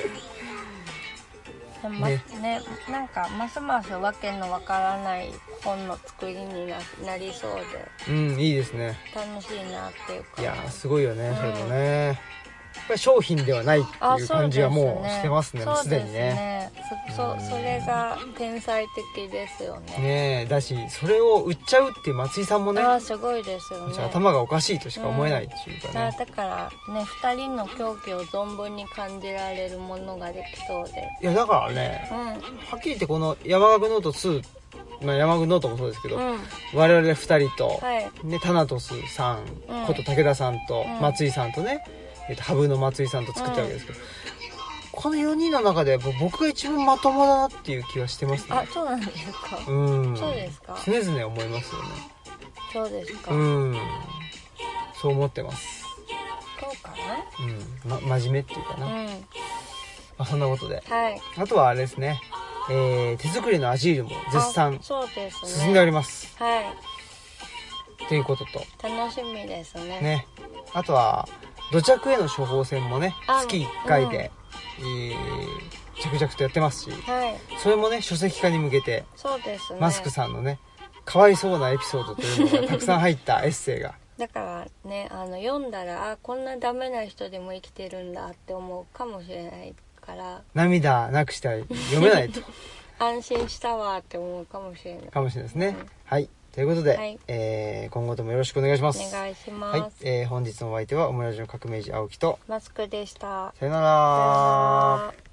まね、ね、なんかますますわけのわからない本の作りに な, なりそう
で、うん、いいですね。
楽しいなっていうか。
いやすごいよね、うん、それもね。やっぱり商品ではないっていう感じはもうしてますね。
そうですね。
すでにね。
そ, そ, それが天才的ですよね。
ねえだしそれを売っちゃうっていう松井さんもね。
あすごいですよね。
頭がおかしいとしか思えないっていうかね。
うん、だからねふたりの狂気を存分に感じられるものができそうで。
いやだからね、うん、はっきり言ってこの山岳ノートツー、まあ、山岳ノートもそうですけど、うん、我々ふたりと、はいね、タナトスさん、うん、こと武田さんと松井さんとね、えっと、ハブの松井さんと作ったわけですけど、うん、このよにんの中で僕が一番まともだなっていう気はしてますね。
あ、そうなんですか。
うん。
そうですか。
常々思いますよね。
そうですか。
うん。そう思ってます。
そうかな。
うん。ま、真面目っていうかな。うん。まあそんなことで。
はい。
あとはあれですね。えー、手作りのアジールも絶賛
そうですね。
進んでおります。
はい。
ということと。
楽しみですね。
ね。あとは土着への処方箋もね、月いっかいで。うんえー、着々とやってますし、はい、それもね書籍化に向けて
そうですね、
マスクさんのねかわいそうなエピソードというのがたくさん入ったエッセイが
だからねあの読んだらあこんなダメな人でも生きてるんだって思うかもしれないから
涙なくしたら読めないと
安心したわって思うかもしれない
かもしれないですね、うん、はいということで、はいえー、今後ともよろしくお願いします。
お願いします。
はい、えー、本日のお相手はオムラジの革命児青木と
マスクでした。
さよなら。